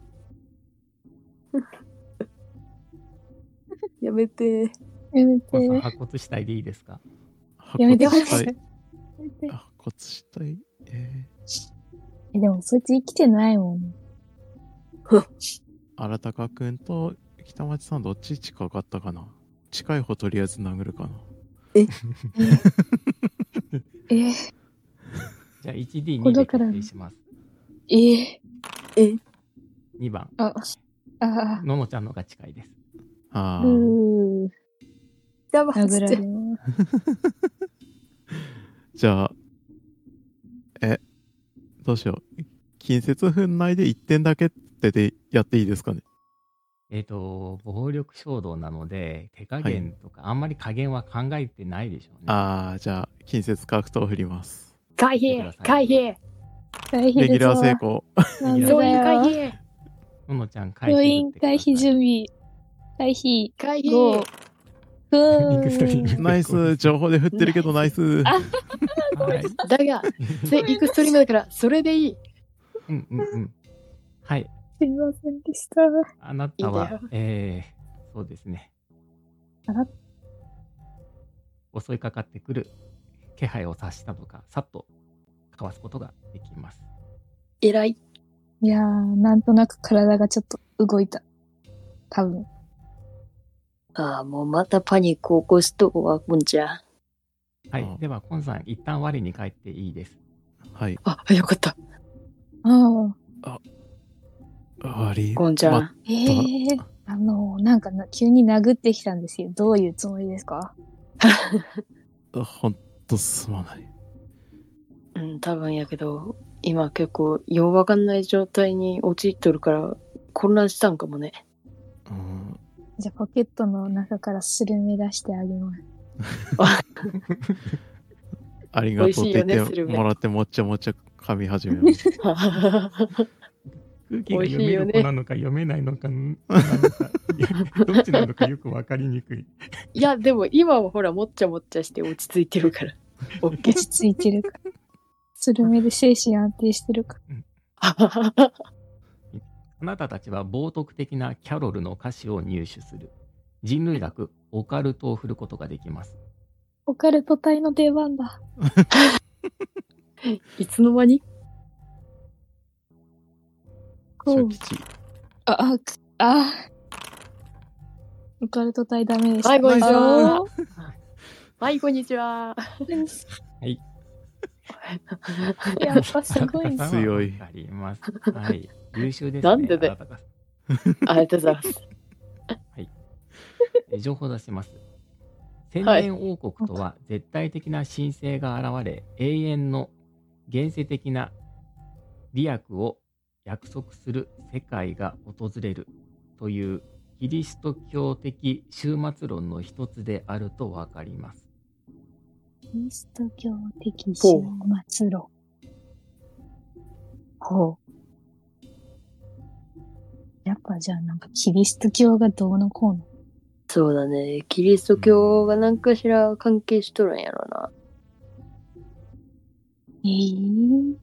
[SPEAKER 3] やめて。
[SPEAKER 4] やめて
[SPEAKER 2] コンさん、白骨死体でいいですか？
[SPEAKER 4] やめて
[SPEAKER 1] 白骨死体。
[SPEAKER 4] やめて
[SPEAKER 1] 白骨死体。え
[SPEAKER 4] え、でもそいつ生きてないもん。
[SPEAKER 1] ー、荒高くんと北町さんどっち近かったかな。近い方とりあえず殴るかな。
[SPEAKER 4] え
[SPEAKER 2] じゃあ いちディーに で
[SPEAKER 4] ここだから
[SPEAKER 2] 決定します。
[SPEAKER 4] え
[SPEAKER 3] え、
[SPEAKER 2] にばん、
[SPEAKER 4] あ、あ、
[SPEAKER 2] ののちゃんのが近いです。
[SPEAKER 1] あ
[SPEAKER 4] う
[SPEAKER 1] ー。
[SPEAKER 4] ー、
[SPEAKER 3] やば
[SPEAKER 4] 殴られ
[SPEAKER 3] い。
[SPEAKER 4] ます。
[SPEAKER 1] じゃあ、え、どうしよう。近接分内でいってんだけってでやっていいですかね。
[SPEAKER 2] えっ、と、暴力衝動なので、手加減とか、あんまり加減は考えてないでしょうね。
[SPEAKER 1] ああ、じゃあ、近接格闘振ります。
[SPEAKER 3] 回避回避
[SPEAKER 4] 回避
[SPEAKER 1] レギュラー成
[SPEAKER 4] 功。
[SPEAKER 1] 功。
[SPEAKER 4] なんで
[SPEAKER 3] 増員
[SPEAKER 4] だよ。
[SPEAKER 3] 回避
[SPEAKER 2] ののちゃん、回避
[SPEAKER 4] 病院回避準備。回避。
[SPEAKER 3] 回
[SPEAKER 4] ご
[SPEAKER 3] 避。
[SPEAKER 4] ふ
[SPEAKER 2] エクストリーム
[SPEAKER 4] ーん。
[SPEAKER 1] ナイス、情報で振ってるけどナイス。
[SPEAKER 4] あ
[SPEAKER 2] はい。
[SPEAKER 3] だが、セエクストリームだから、それでいい。
[SPEAKER 2] うんうんうん。はい。
[SPEAKER 4] すいませんでした。
[SPEAKER 2] あなた
[SPEAKER 3] いいんだ
[SPEAKER 2] は
[SPEAKER 3] よ、
[SPEAKER 2] えー、そうですね。
[SPEAKER 4] あら
[SPEAKER 2] 襲いかかってくる気配を察したとか、さっとかわすことができます。
[SPEAKER 3] 偉い。
[SPEAKER 4] いやー、なんとなく体がちょっと動いた。多分。
[SPEAKER 3] ああ、もうまたパニック起こしとは、もんちゃん。
[SPEAKER 2] はい
[SPEAKER 1] あ。
[SPEAKER 2] では、コンさん、一旦我に帰っていいです。
[SPEAKER 1] はい。
[SPEAKER 3] あ、よかった。
[SPEAKER 4] ああ。
[SPEAKER 1] 終わり。
[SPEAKER 3] こんちゃん。
[SPEAKER 1] ま
[SPEAKER 4] ええー。 あの、なんかな、急に殴ってきたんですよ。どういうつもりですか？
[SPEAKER 1] あほんとすまない。
[SPEAKER 3] うん、多分やけど、今結構ようわかんない状態に陥っとるから混乱したんかもね。
[SPEAKER 1] うん、
[SPEAKER 4] じゃあポケットの中からスルメ出してあげます。
[SPEAKER 1] ありがとうって
[SPEAKER 3] 美味しいよね、
[SPEAKER 1] 言って
[SPEAKER 3] スルメ。
[SPEAKER 1] もらってもっちゃもっちゃ噛み始めます。
[SPEAKER 2] 空気が読める子なのか読めないのかなのか、いやどっちなのかよく分かりにくい。
[SPEAKER 3] いや、でも今はほら、もっちゃもっちゃして落ち着いてるから。オッケ
[SPEAKER 4] 落ち着いてるから。スルメで精神安定してるから。
[SPEAKER 3] ー。
[SPEAKER 2] あなたたちは冒涜的なキャロルの歌詞を入手する。人類学、オカルトを振ることができます。
[SPEAKER 4] オカルト隊の出番だ。
[SPEAKER 3] いつの間に
[SPEAKER 4] こう
[SPEAKER 1] 初吉。
[SPEAKER 4] あ、あ、くあ。オカルト隊ダメでした。
[SPEAKER 3] はい、こんにちは。
[SPEAKER 4] あ
[SPEAKER 3] はい、こんにちは。
[SPEAKER 2] はい。
[SPEAKER 4] やっぱすごいね。
[SPEAKER 1] 強い
[SPEAKER 2] わかります。はい。優秀ですね。
[SPEAKER 3] なんでだよ
[SPEAKER 2] あなたが
[SPEAKER 3] ありがとうございます。
[SPEAKER 2] え情報出します。千
[SPEAKER 3] はい
[SPEAKER 2] 年王国とは絶対的な神聖が現れ、永遠の現世的な利益を約束する世界が訪れるというキリスト教的終末論の一つであるとわかります。
[SPEAKER 4] キリスト教的終末論。ほう。やっぱじゃあなんかキリスト教がどうのこうの。
[SPEAKER 3] そうだね。キリスト教が何かしら関係しとるんやろな。
[SPEAKER 4] ええ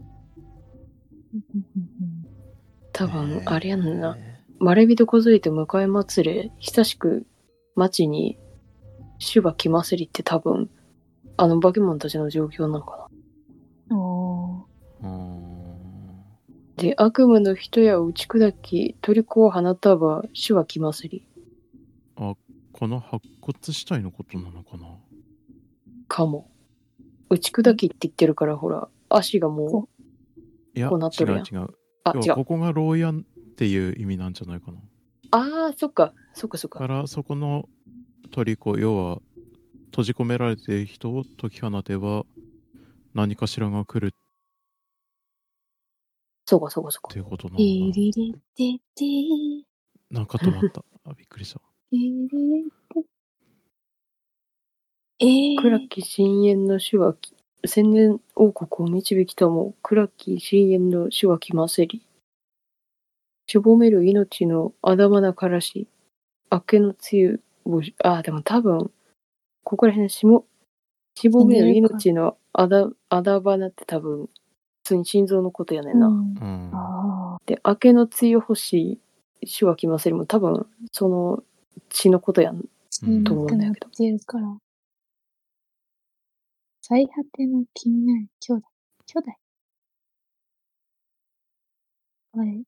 [SPEAKER 3] 多分、あれやんな。まれびとこづいて迎え祭れ、久しく町に主が来ますりって多分、あの化け物たちの状況なのかな。
[SPEAKER 4] おー。
[SPEAKER 1] うーん
[SPEAKER 3] で、悪夢の人やを打ち砕き、虜を放たば主は来ますり。
[SPEAKER 1] あ、この白骨死体のことなのかな。
[SPEAKER 3] かも。打ち砕きって言ってるから、ほら、足がもう、
[SPEAKER 1] いや、
[SPEAKER 3] こうなっ
[SPEAKER 1] 違
[SPEAKER 3] とるやん。
[SPEAKER 1] う違う。
[SPEAKER 3] あ、違う。
[SPEAKER 1] 要はここが牢屋っていう意味なんじゃないかな。
[SPEAKER 3] あー、そっか。そっかそっか。
[SPEAKER 1] からそこの虜、要は閉じ込められている人を解き放てば何かしらが来る
[SPEAKER 3] そうかそうかそうか。
[SPEAKER 1] っていうことなの
[SPEAKER 4] テ
[SPEAKER 1] か
[SPEAKER 4] レレテテ
[SPEAKER 1] な。なんか止まった。あ、びっくりした。
[SPEAKER 4] テレレテえー、
[SPEAKER 3] 暗き深淵の主は、千年王国を導きとも、暗き深淵の主は来ませり。しぼめる命のあだまなからし、明けの露を、あ、でも多分、ここら辺しも、しぼめる命のあだ、あだばなって多分、普通に心臓のことやねんな。
[SPEAKER 4] うん。
[SPEAKER 1] うん。
[SPEAKER 4] ああ。
[SPEAKER 3] で、明けの露欲しい主は来ませりも多分、その血のことやん。
[SPEAKER 1] うん
[SPEAKER 3] と思うんだけど
[SPEAKER 4] なくなってるから。最果ての気になる兄弟。兄弟はい。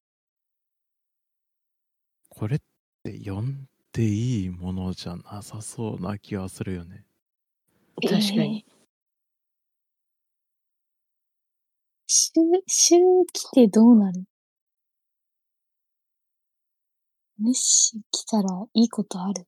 [SPEAKER 1] これって読んでいいものじゃなさそうな気がするよね。
[SPEAKER 3] 確かに。
[SPEAKER 4] 週、週来てどうなる？もし来たらいいことある？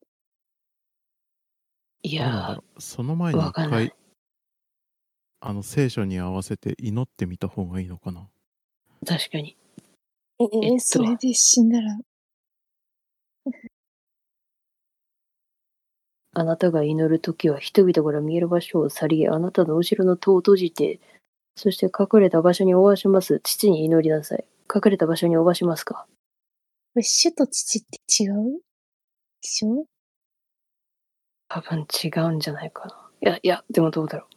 [SPEAKER 3] いや
[SPEAKER 1] どうなんだろう。その前に一
[SPEAKER 3] わかんない
[SPEAKER 1] 回、あの聖書に合わせて祈ってみた方がいいのかな。
[SPEAKER 3] ー、確かに。
[SPEAKER 4] ええ
[SPEAKER 3] えっと
[SPEAKER 4] それで死んだら。
[SPEAKER 3] あなたが祈るときは人々から見える場所を去り、あなたの後ろの戸を閉じて、そして隠れた場所におわします。父に祈りなさい。隠れた場所におわしますか？
[SPEAKER 4] これ主と父って違う？一緒？
[SPEAKER 3] 多分違うんじゃないかな。いや、いや、でもどうだろう。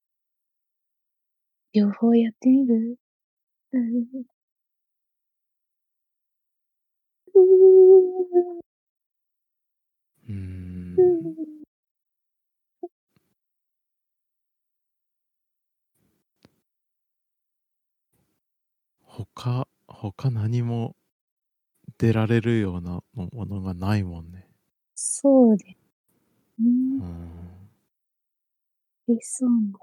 [SPEAKER 4] 両方やってみる？うん
[SPEAKER 1] うーん。他、他何も出られるようなものがないもんね。
[SPEAKER 4] そうで。う。
[SPEAKER 1] うんん。
[SPEAKER 4] え、そうなんだ。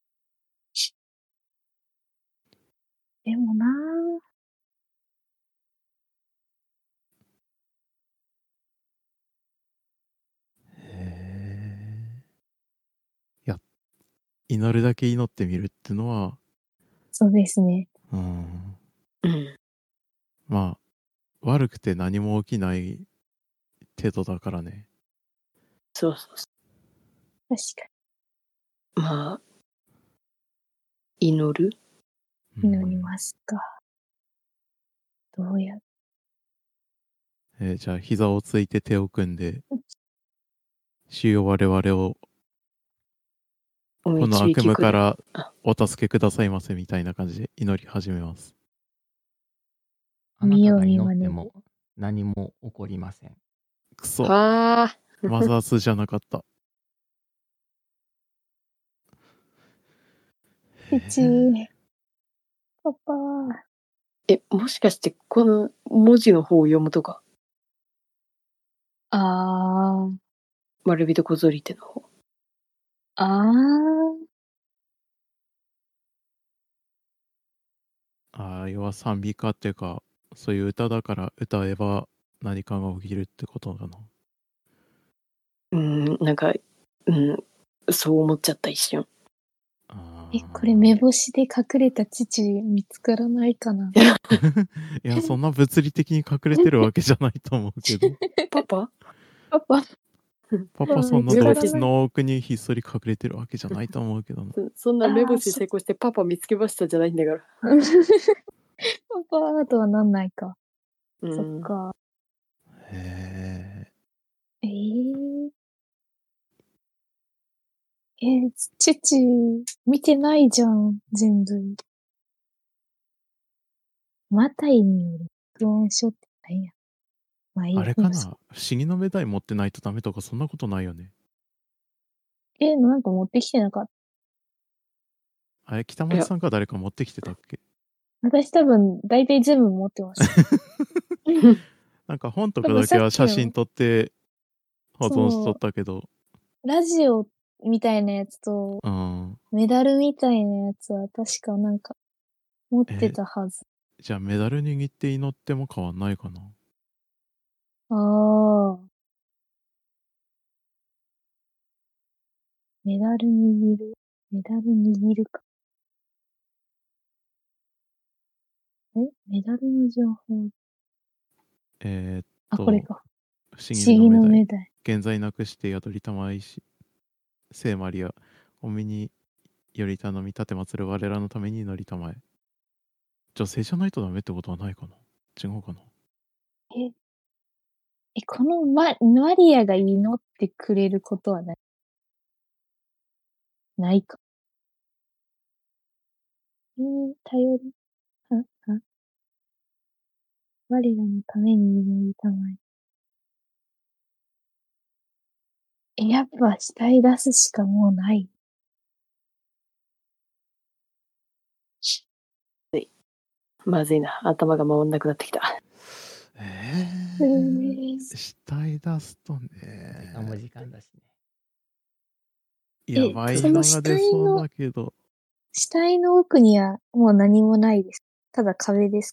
[SPEAKER 4] でもなぁ。
[SPEAKER 1] 祈るだけ祈ってみるってのは、
[SPEAKER 4] そうですね。
[SPEAKER 1] うん、
[SPEAKER 3] うん。
[SPEAKER 1] まあ、悪くて何も起きない程度だからね。
[SPEAKER 3] そうそうそ
[SPEAKER 4] 確か
[SPEAKER 3] う。まあ、祈る
[SPEAKER 1] うん
[SPEAKER 4] に祈りますか。どうやっ
[SPEAKER 1] えーじゃあ、膝をついて手を組んで、主よ我々を
[SPEAKER 3] お
[SPEAKER 1] この悪
[SPEAKER 3] 導きくだ
[SPEAKER 1] 夢から
[SPEAKER 3] あ
[SPEAKER 1] お助けくださいませみたいな感じで祈り始めます。
[SPEAKER 2] あなたが
[SPEAKER 4] 見よう見まね
[SPEAKER 2] 祈っても何も起こりません。
[SPEAKER 1] くそ、
[SPEAKER 3] はあ。
[SPEAKER 1] マザースじゃなかった。
[SPEAKER 4] 父、パパ、
[SPEAKER 3] え、もしかしてこの文字の方を読むとか、
[SPEAKER 4] あー、
[SPEAKER 3] 丸人小ぞり手の方。
[SPEAKER 4] あー、
[SPEAKER 1] ああ、要は賛美歌っていうか、そういう歌だから歌えば何かが起きるってことかな。
[SPEAKER 3] うん、なんか、うん、そう思っちゃった一瞬。
[SPEAKER 1] あ
[SPEAKER 4] え、これ目星で隠れた父見つからないかな。
[SPEAKER 1] いや、そんな物理的に隠れてるわけじゃないと思うけど。
[SPEAKER 3] パパ
[SPEAKER 4] パパ、
[SPEAKER 1] パパそんな
[SPEAKER 4] 見つからない
[SPEAKER 1] 洞窟の奥にひっそり隠れてるわけじゃないと思うけどな。
[SPEAKER 3] そそんな目星
[SPEAKER 4] あー
[SPEAKER 3] 成功してパパ見つけましたじゃないんだから。
[SPEAKER 4] パパとはなんないか。
[SPEAKER 3] うん、
[SPEAKER 4] そっか。
[SPEAKER 1] へ
[SPEAKER 4] えー、えー、父、見てないじゃん、全部。マタイによる録音書って何や。まあいい
[SPEAKER 1] え。
[SPEAKER 4] や
[SPEAKER 1] あれかな、
[SPEAKER 4] もうそ
[SPEAKER 1] 不思議のメダイ持ってないとダメとかそんなことないよね。
[SPEAKER 4] え、なんか持ってきてなかった。
[SPEAKER 1] あれ、北町さんか誰か持ってきてたっけ？
[SPEAKER 4] 私多分、大体全部持ってます。
[SPEAKER 1] なんか本と
[SPEAKER 4] 多
[SPEAKER 1] かだけは
[SPEAKER 4] 分さっきの
[SPEAKER 1] 写真撮って保存しと
[SPEAKER 4] そう
[SPEAKER 1] ったけど、
[SPEAKER 4] ラジオみたいなやつと、
[SPEAKER 1] うん。
[SPEAKER 4] メダルみたいなやつは確かなんか、持って
[SPEAKER 1] え、
[SPEAKER 4] たはず。
[SPEAKER 1] じゃあメダル握って祈っても変わんないかな。
[SPEAKER 4] ああ。メダル握る。メダル握るか。えメダルの情報。
[SPEAKER 1] えー、っ
[SPEAKER 4] あ、
[SPEAKER 1] と、
[SPEAKER 4] これか。
[SPEAKER 1] 不思議
[SPEAKER 4] 不思議
[SPEAKER 1] のメダイ。
[SPEAKER 4] のメダル。
[SPEAKER 1] 現在なくして宿りたまいし、聖マリア、お身により頼み立て祭る我らのために祈りたまえ。女性じゃないとダメってことはないかな。違うかな。
[SPEAKER 4] え、え、このマ、マリアが祈ってくれることはない。ないか。えー、頼り、あ、あ、我らのために祈りたまえ。え、やっぱ死体出すしかもうない。
[SPEAKER 3] まずいな。頭が回んなくなってきた。
[SPEAKER 1] え
[SPEAKER 4] う
[SPEAKER 1] ー、
[SPEAKER 4] ん
[SPEAKER 1] 死体出すと
[SPEAKER 2] 時間も
[SPEAKER 1] ね、
[SPEAKER 2] 時間だしね。
[SPEAKER 1] やばい
[SPEAKER 4] その
[SPEAKER 1] のが出そうだけど、
[SPEAKER 4] 死体の奥にはもう何もないです。ただ壁です。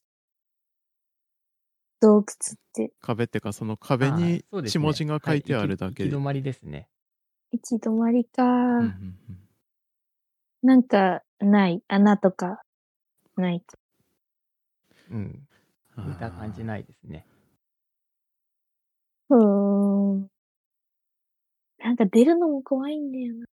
[SPEAKER 4] 洞窟って。
[SPEAKER 1] 壁ってかその壁
[SPEAKER 2] あ
[SPEAKER 1] に
[SPEAKER 2] あ、そうですね。
[SPEAKER 1] 血文字が書いてあるだけで。
[SPEAKER 2] はい、行き行き止まりですね。
[SPEAKER 4] 行き止まりか。
[SPEAKER 1] うんうんうん
[SPEAKER 4] なんか、ない。穴とか、ない。
[SPEAKER 2] うん。見た感じないですね。
[SPEAKER 4] うーん。なんか出るのも怖いんだよな。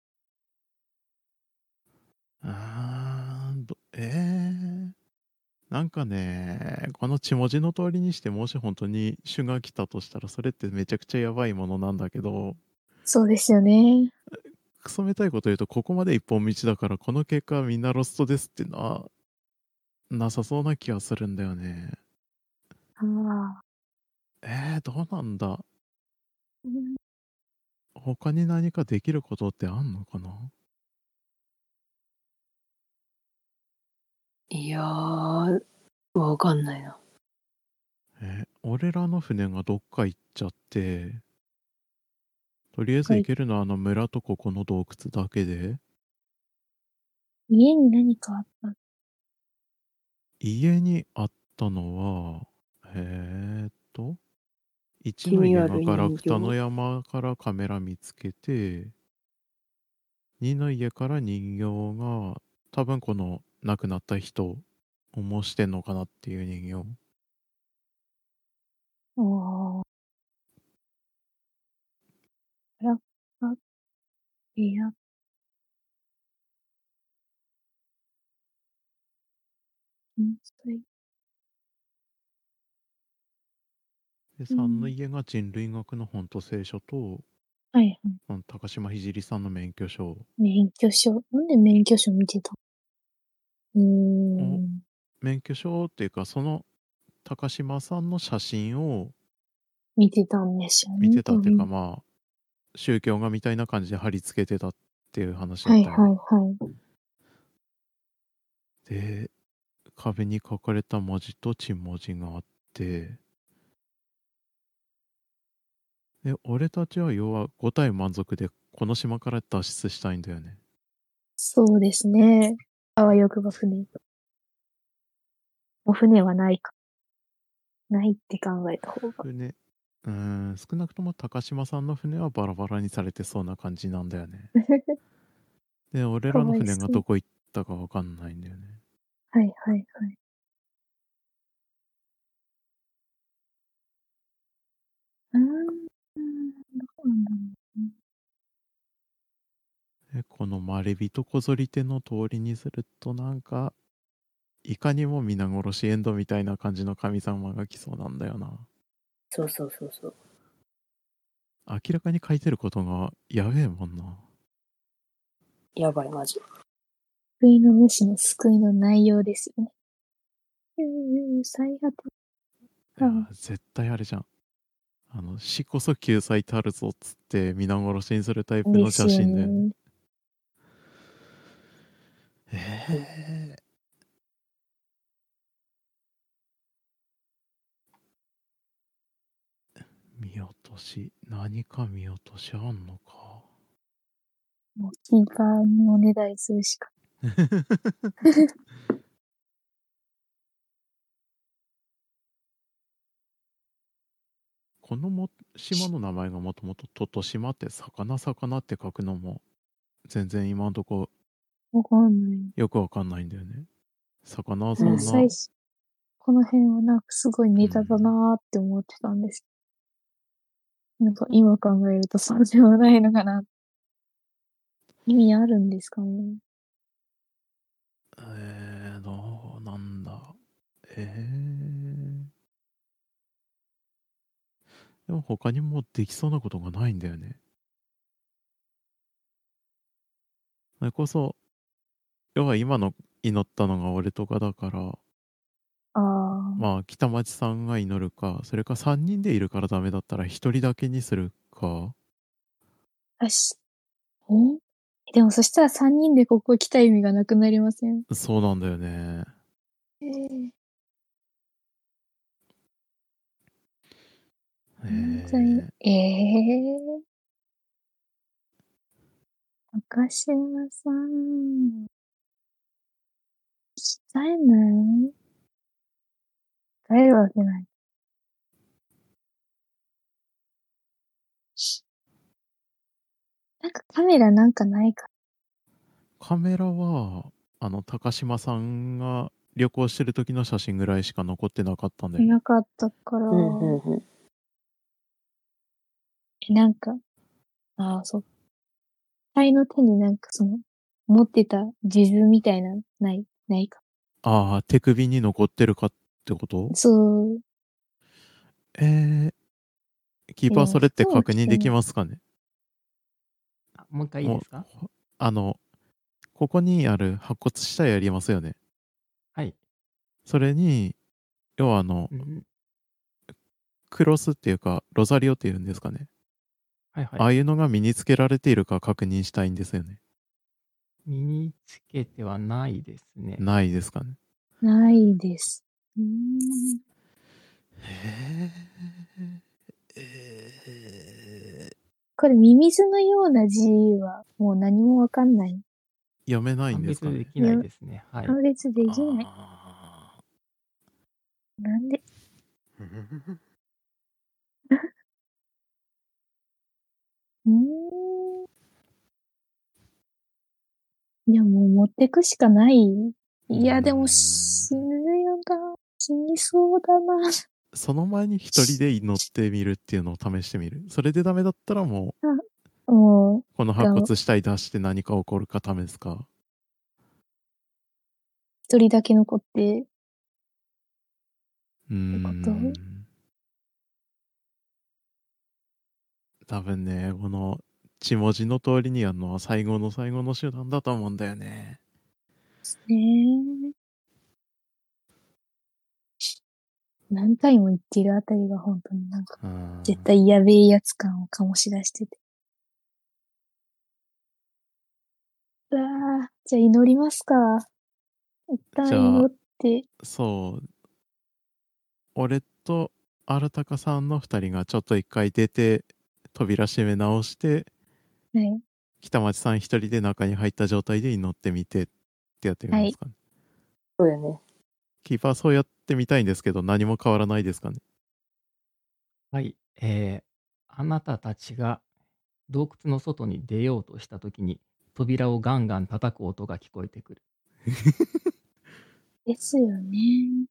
[SPEAKER 1] あーどえー、なんかね、この血文字の通りにして、もし本当に主が来たとしたら、それってめちゃくちゃやばいものなんだけど、
[SPEAKER 4] そうですよね。
[SPEAKER 1] クソめたいこと言うと、ここまで一本道だから、この結果はみんなロストですってのは、なさそうな気がするんだよね。
[SPEAKER 4] ああ。
[SPEAKER 1] えー、どうなんだ。
[SPEAKER 4] うん
[SPEAKER 1] 他に何かできることってあんのかな。
[SPEAKER 3] いやー、わかんないな。
[SPEAKER 1] え、俺らの船がどっか行っちゃって、とりあえず行けるのはあの村とここの洞窟だけで、
[SPEAKER 4] 家に何かあった
[SPEAKER 1] 家にあったのは、えーっと、いちの
[SPEAKER 3] 気になる
[SPEAKER 1] 家がガラクタ
[SPEAKER 3] 人形
[SPEAKER 1] の山からカメラ見つけて、 にの家から人形が多分この亡くなった人を模してんのかなっていう人形。
[SPEAKER 4] おー。あら、あ、いや、天才。
[SPEAKER 1] で、
[SPEAKER 4] う
[SPEAKER 1] さんの
[SPEAKER 4] ん。
[SPEAKER 1] 家が人類学の本と聖書と、
[SPEAKER 4] はいはい。
[SPEAKER 1] その高島聖さんの免許証
[SPEAKER 4] 免許証。なんで免許証見てたうー
[SPEAKER 1] を、
[SPEAKER 4] ん。
[SPEAKER 1] 免許証っていうかその高島さんの写真を
[SPEAKER 4] 見てたんですよ
[SPEAKER 1] 見
[SPEAKER 4] ね、
[SPEAKER 1] てたっていうか、
[SPEAKER 4] 多分。
[SPEAKER 1] まあ宗教画みたいな感じで貼り付けてたっていう話だ
[SPEAKER 4] はい
[SPEAKER 1] ったよね。
[SPEAKER 4] はいはい。
[SPEAKER 1] で、壁に書かれた文字と珍文字があって、で、俺たちは要はご体満足でこの島から脱出したいんだよね。
[SPEAKER 4] そうですね。あわよくば船。お船はないか。ないって考えた方が。
[SPEAKER 1] 船、うーん、少なくとも高島さんの船はバラバラにされてそうな感じなんだよね。で、俺
[SPEAKER 4] か
[SPEAKER 1] らの
[SPEAKER 4] わいそう。
[SPEAKER 1] 船がどこ行ったかわかんないんだよね。
[SPEAKER 4] はいはいはい。うーん。どこなんだろう。
[SPEAKER 1] で、このまれびとこぞり手の通りにするとなんか、いかにも皆殺しエンドみたいな感じの神様が来そうなんだよな。
[SPEAKER 3] そうそうそうそう。
[SPEAKER 1] 明らかに書いてることがやべえもんな。
[SPEAKER 3] やばい、マジ。
[SPEAKER 4] 救いの主の救いの内容ですよね。うー最果て。
[SPEAKER 1] いや
[SPEAKER 4] あ
[SPEAKER 1] 絶対あれじゃん。あの死こそ救済たるぞっつって皆殺しにするタイプの写
[SPEAKER 4] ですよ
[SPEAKER 1] 真だよね。
[SPEAKER 4] ね。
[SPEAKER 1] えー、見落とし、何か見落としあんのか。
[SPEAKER 4] もうキーパーにおねだりするしか。
[SPEAKER 1] このも島の名前がもともとトト島って魚魚って書くのも全然今んとこ
[SPEAKER 4] わかんない。
[SPEAKER 1] よくわかんないんだよね。魚は
[SPEAKER 3] うん
[SPEAKER 1] そんな、
[SPEAKER 4] 最初、この辺はなんかすごいネタだ
[SPEAKER 1] うん、
[SPEAKER 4] なーって思ってたんです。なんか今考えるとそうでもないのかな。意味あるんですかね。
[SPEAKER 1] えー、どうなんだ。えー、でも他にもできそうなことがないんだよね。それこそ、要は今の祈ったのが俺とかだから、
[SPEAKER 4] ああ、
[SPEAKER 1] まあ北町さんが祈るか、それかさんにんでいるからダメだったらひとりだけにするか。
[SPEAKER 4] よし。んでもそしたらさんにんでここ来た意味がなくなりません？
[SPEAKER 1] そうなんだよね。
[SPEAKER 4] えー、全然、
[SPEAKER 1] え
[SPEAKER 4] ええー、高島さん、鍛えない鍛えるわけない。なんかカメラなんかないか。
[SPEAKER 1] ー、カメラは、あの、高島さんが旅行してる時の写真ぐらいしか残ってなかったんだよね。
[SPEAKER 4] なかったから、
[SPEAKER 3] うんうんうん。
[SPEAKER 4] え、なんか、ああ、そう。タイの手になんかその、持ってた地図みたいな、ない、ないか。
[SPEAKER 1] ああ、手首に残ってるかってこと？
[SPEAKER 4] そう。
[SPEAKER 1] えー、キー
[SPEAKER 4] え、で
[SPEAKER 1] パーそれって
[SPEAKER 4] も服を
[SPEAKER 1] 確認でき
[SPEAKER 4] 着てない。
[SPEAKER 1] ますかね？
[SPEAKER 2] あ、もう一回いい
[SPEAKER 1] もう、
[SPEAKER 2] ですか？
[SPEAKER 1] あの、ここにある白骨死体ありますよね。
[SPEAKER 2] はい。
[SPEAKER 1] それに、要はあの、
[SPEAKER 2] うん、
[SPEAKER 1] クロスっていうか、ロザリオっていうんですかね。
[SPEAKER 2] はいはい。
[SPEAKER 1] ああいうのが身につけられているか確認したいんですよね。
[SPEAKER 2] 身につけてはないですね。
[SPEAKER 1] ないですかね。
[SPEAKER 4] ないです。うーん。
[SPEAKER 1] へえ。えー、
[SPEAKER 4] これ、ミミズのような字は、もう何もわかんない。
[SPEAKER 1] 読めないん
[SPEAKER 2] 判
[SPEAKER 1] ですかね。
[SPEAKER 2] 別できないですね。はい。
[SPEAKER 4] 判別できない。
[SPEAKER 1] あ
[SPEAKER 4] なんで、
[SPEAKER 1] ー
[SPEAKER 4] うーん。 持ってくしかない。いや、でも
[SPEAKER 1] うーん
[SPEAKER 4] 死ぬよな。死にそうだな。
[SPEAKER 1] その前に一人で祈ってみるっていうのを試してみる。それでダメだったらも
[SPEAKER 4] も
[SPEAKER 1] う、この白骨死体出して何か起こるか試すか。
[SPEAKER 4] う、一人だけ残って、
[SPEAKER 1] うー
[SPEAKER 4] こと
[SPEAKER 1] ん。多分ね、この血文字の通りにやるのは最後の最後の手段だと思うんだよね。
[SPEAKER 4] ねえ。何回も言ってるあたりが本当になんか、
[SPEAKER 1] うん
[SPEAKER 4] 絶対やべえやつ感を醸し出してて。うわー、じゃあ祈りますか。一旦
[SPEAKER 1] じゃあ
[SPEAKER 4] 祈って、
[SPEAKER 1] そう、俺と荒高さんの二人がちょっと一回出て、扉閉め直して、
[SPEAKER 4] はい。
[SPEAKER 1] 北町さん一人で中に入った状態で祈ってみてってやってみますかね。
[SPEAKER 3] そうやね。
[SPEAKER 1] キーパーそうやってみたいんですけど、何も変わらないですかね。
[SPEAKER 2] はい。えーあなたたちが洞窟の外に出ようとしたときに、扉をガンガン叩く音が聞こえてくる。
[SPEAKER 4] ですよね。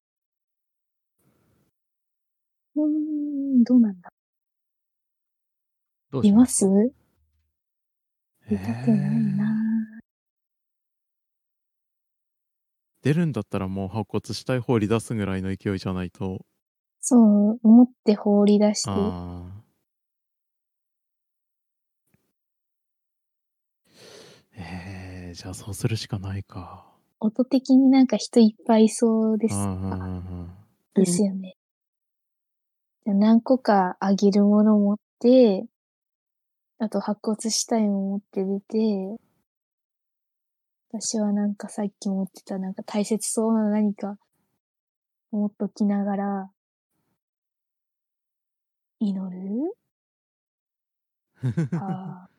[SPEAKER 4] うーん、どうなんだ。
[SPEAKER 2] どう
[SPEAKER 4] 出ま
[SPEAKER 2] しますか？
[SPEAKER 4] 出たくないな。
[SPEAKER 1] 出るんだったらもう白骨死体放り出すぐらいの勢いじゃないと。
[SPEAKER 4] そう、思って放り出して、
[SPEAKER 1] ああ。えー、じゃあそうするしかないか。
[SPEAKER 4] 音的になんか人いっぱいいそうです。
[SPEAKER 1] うんうんうんうん
[SPEAKER 4] ですよね。じゃあ何個かあげるもの持って、あと白骨死体も持って出て、私はなんかさっき持ってたなんか大切そうな何か持っときながら、祈るああ。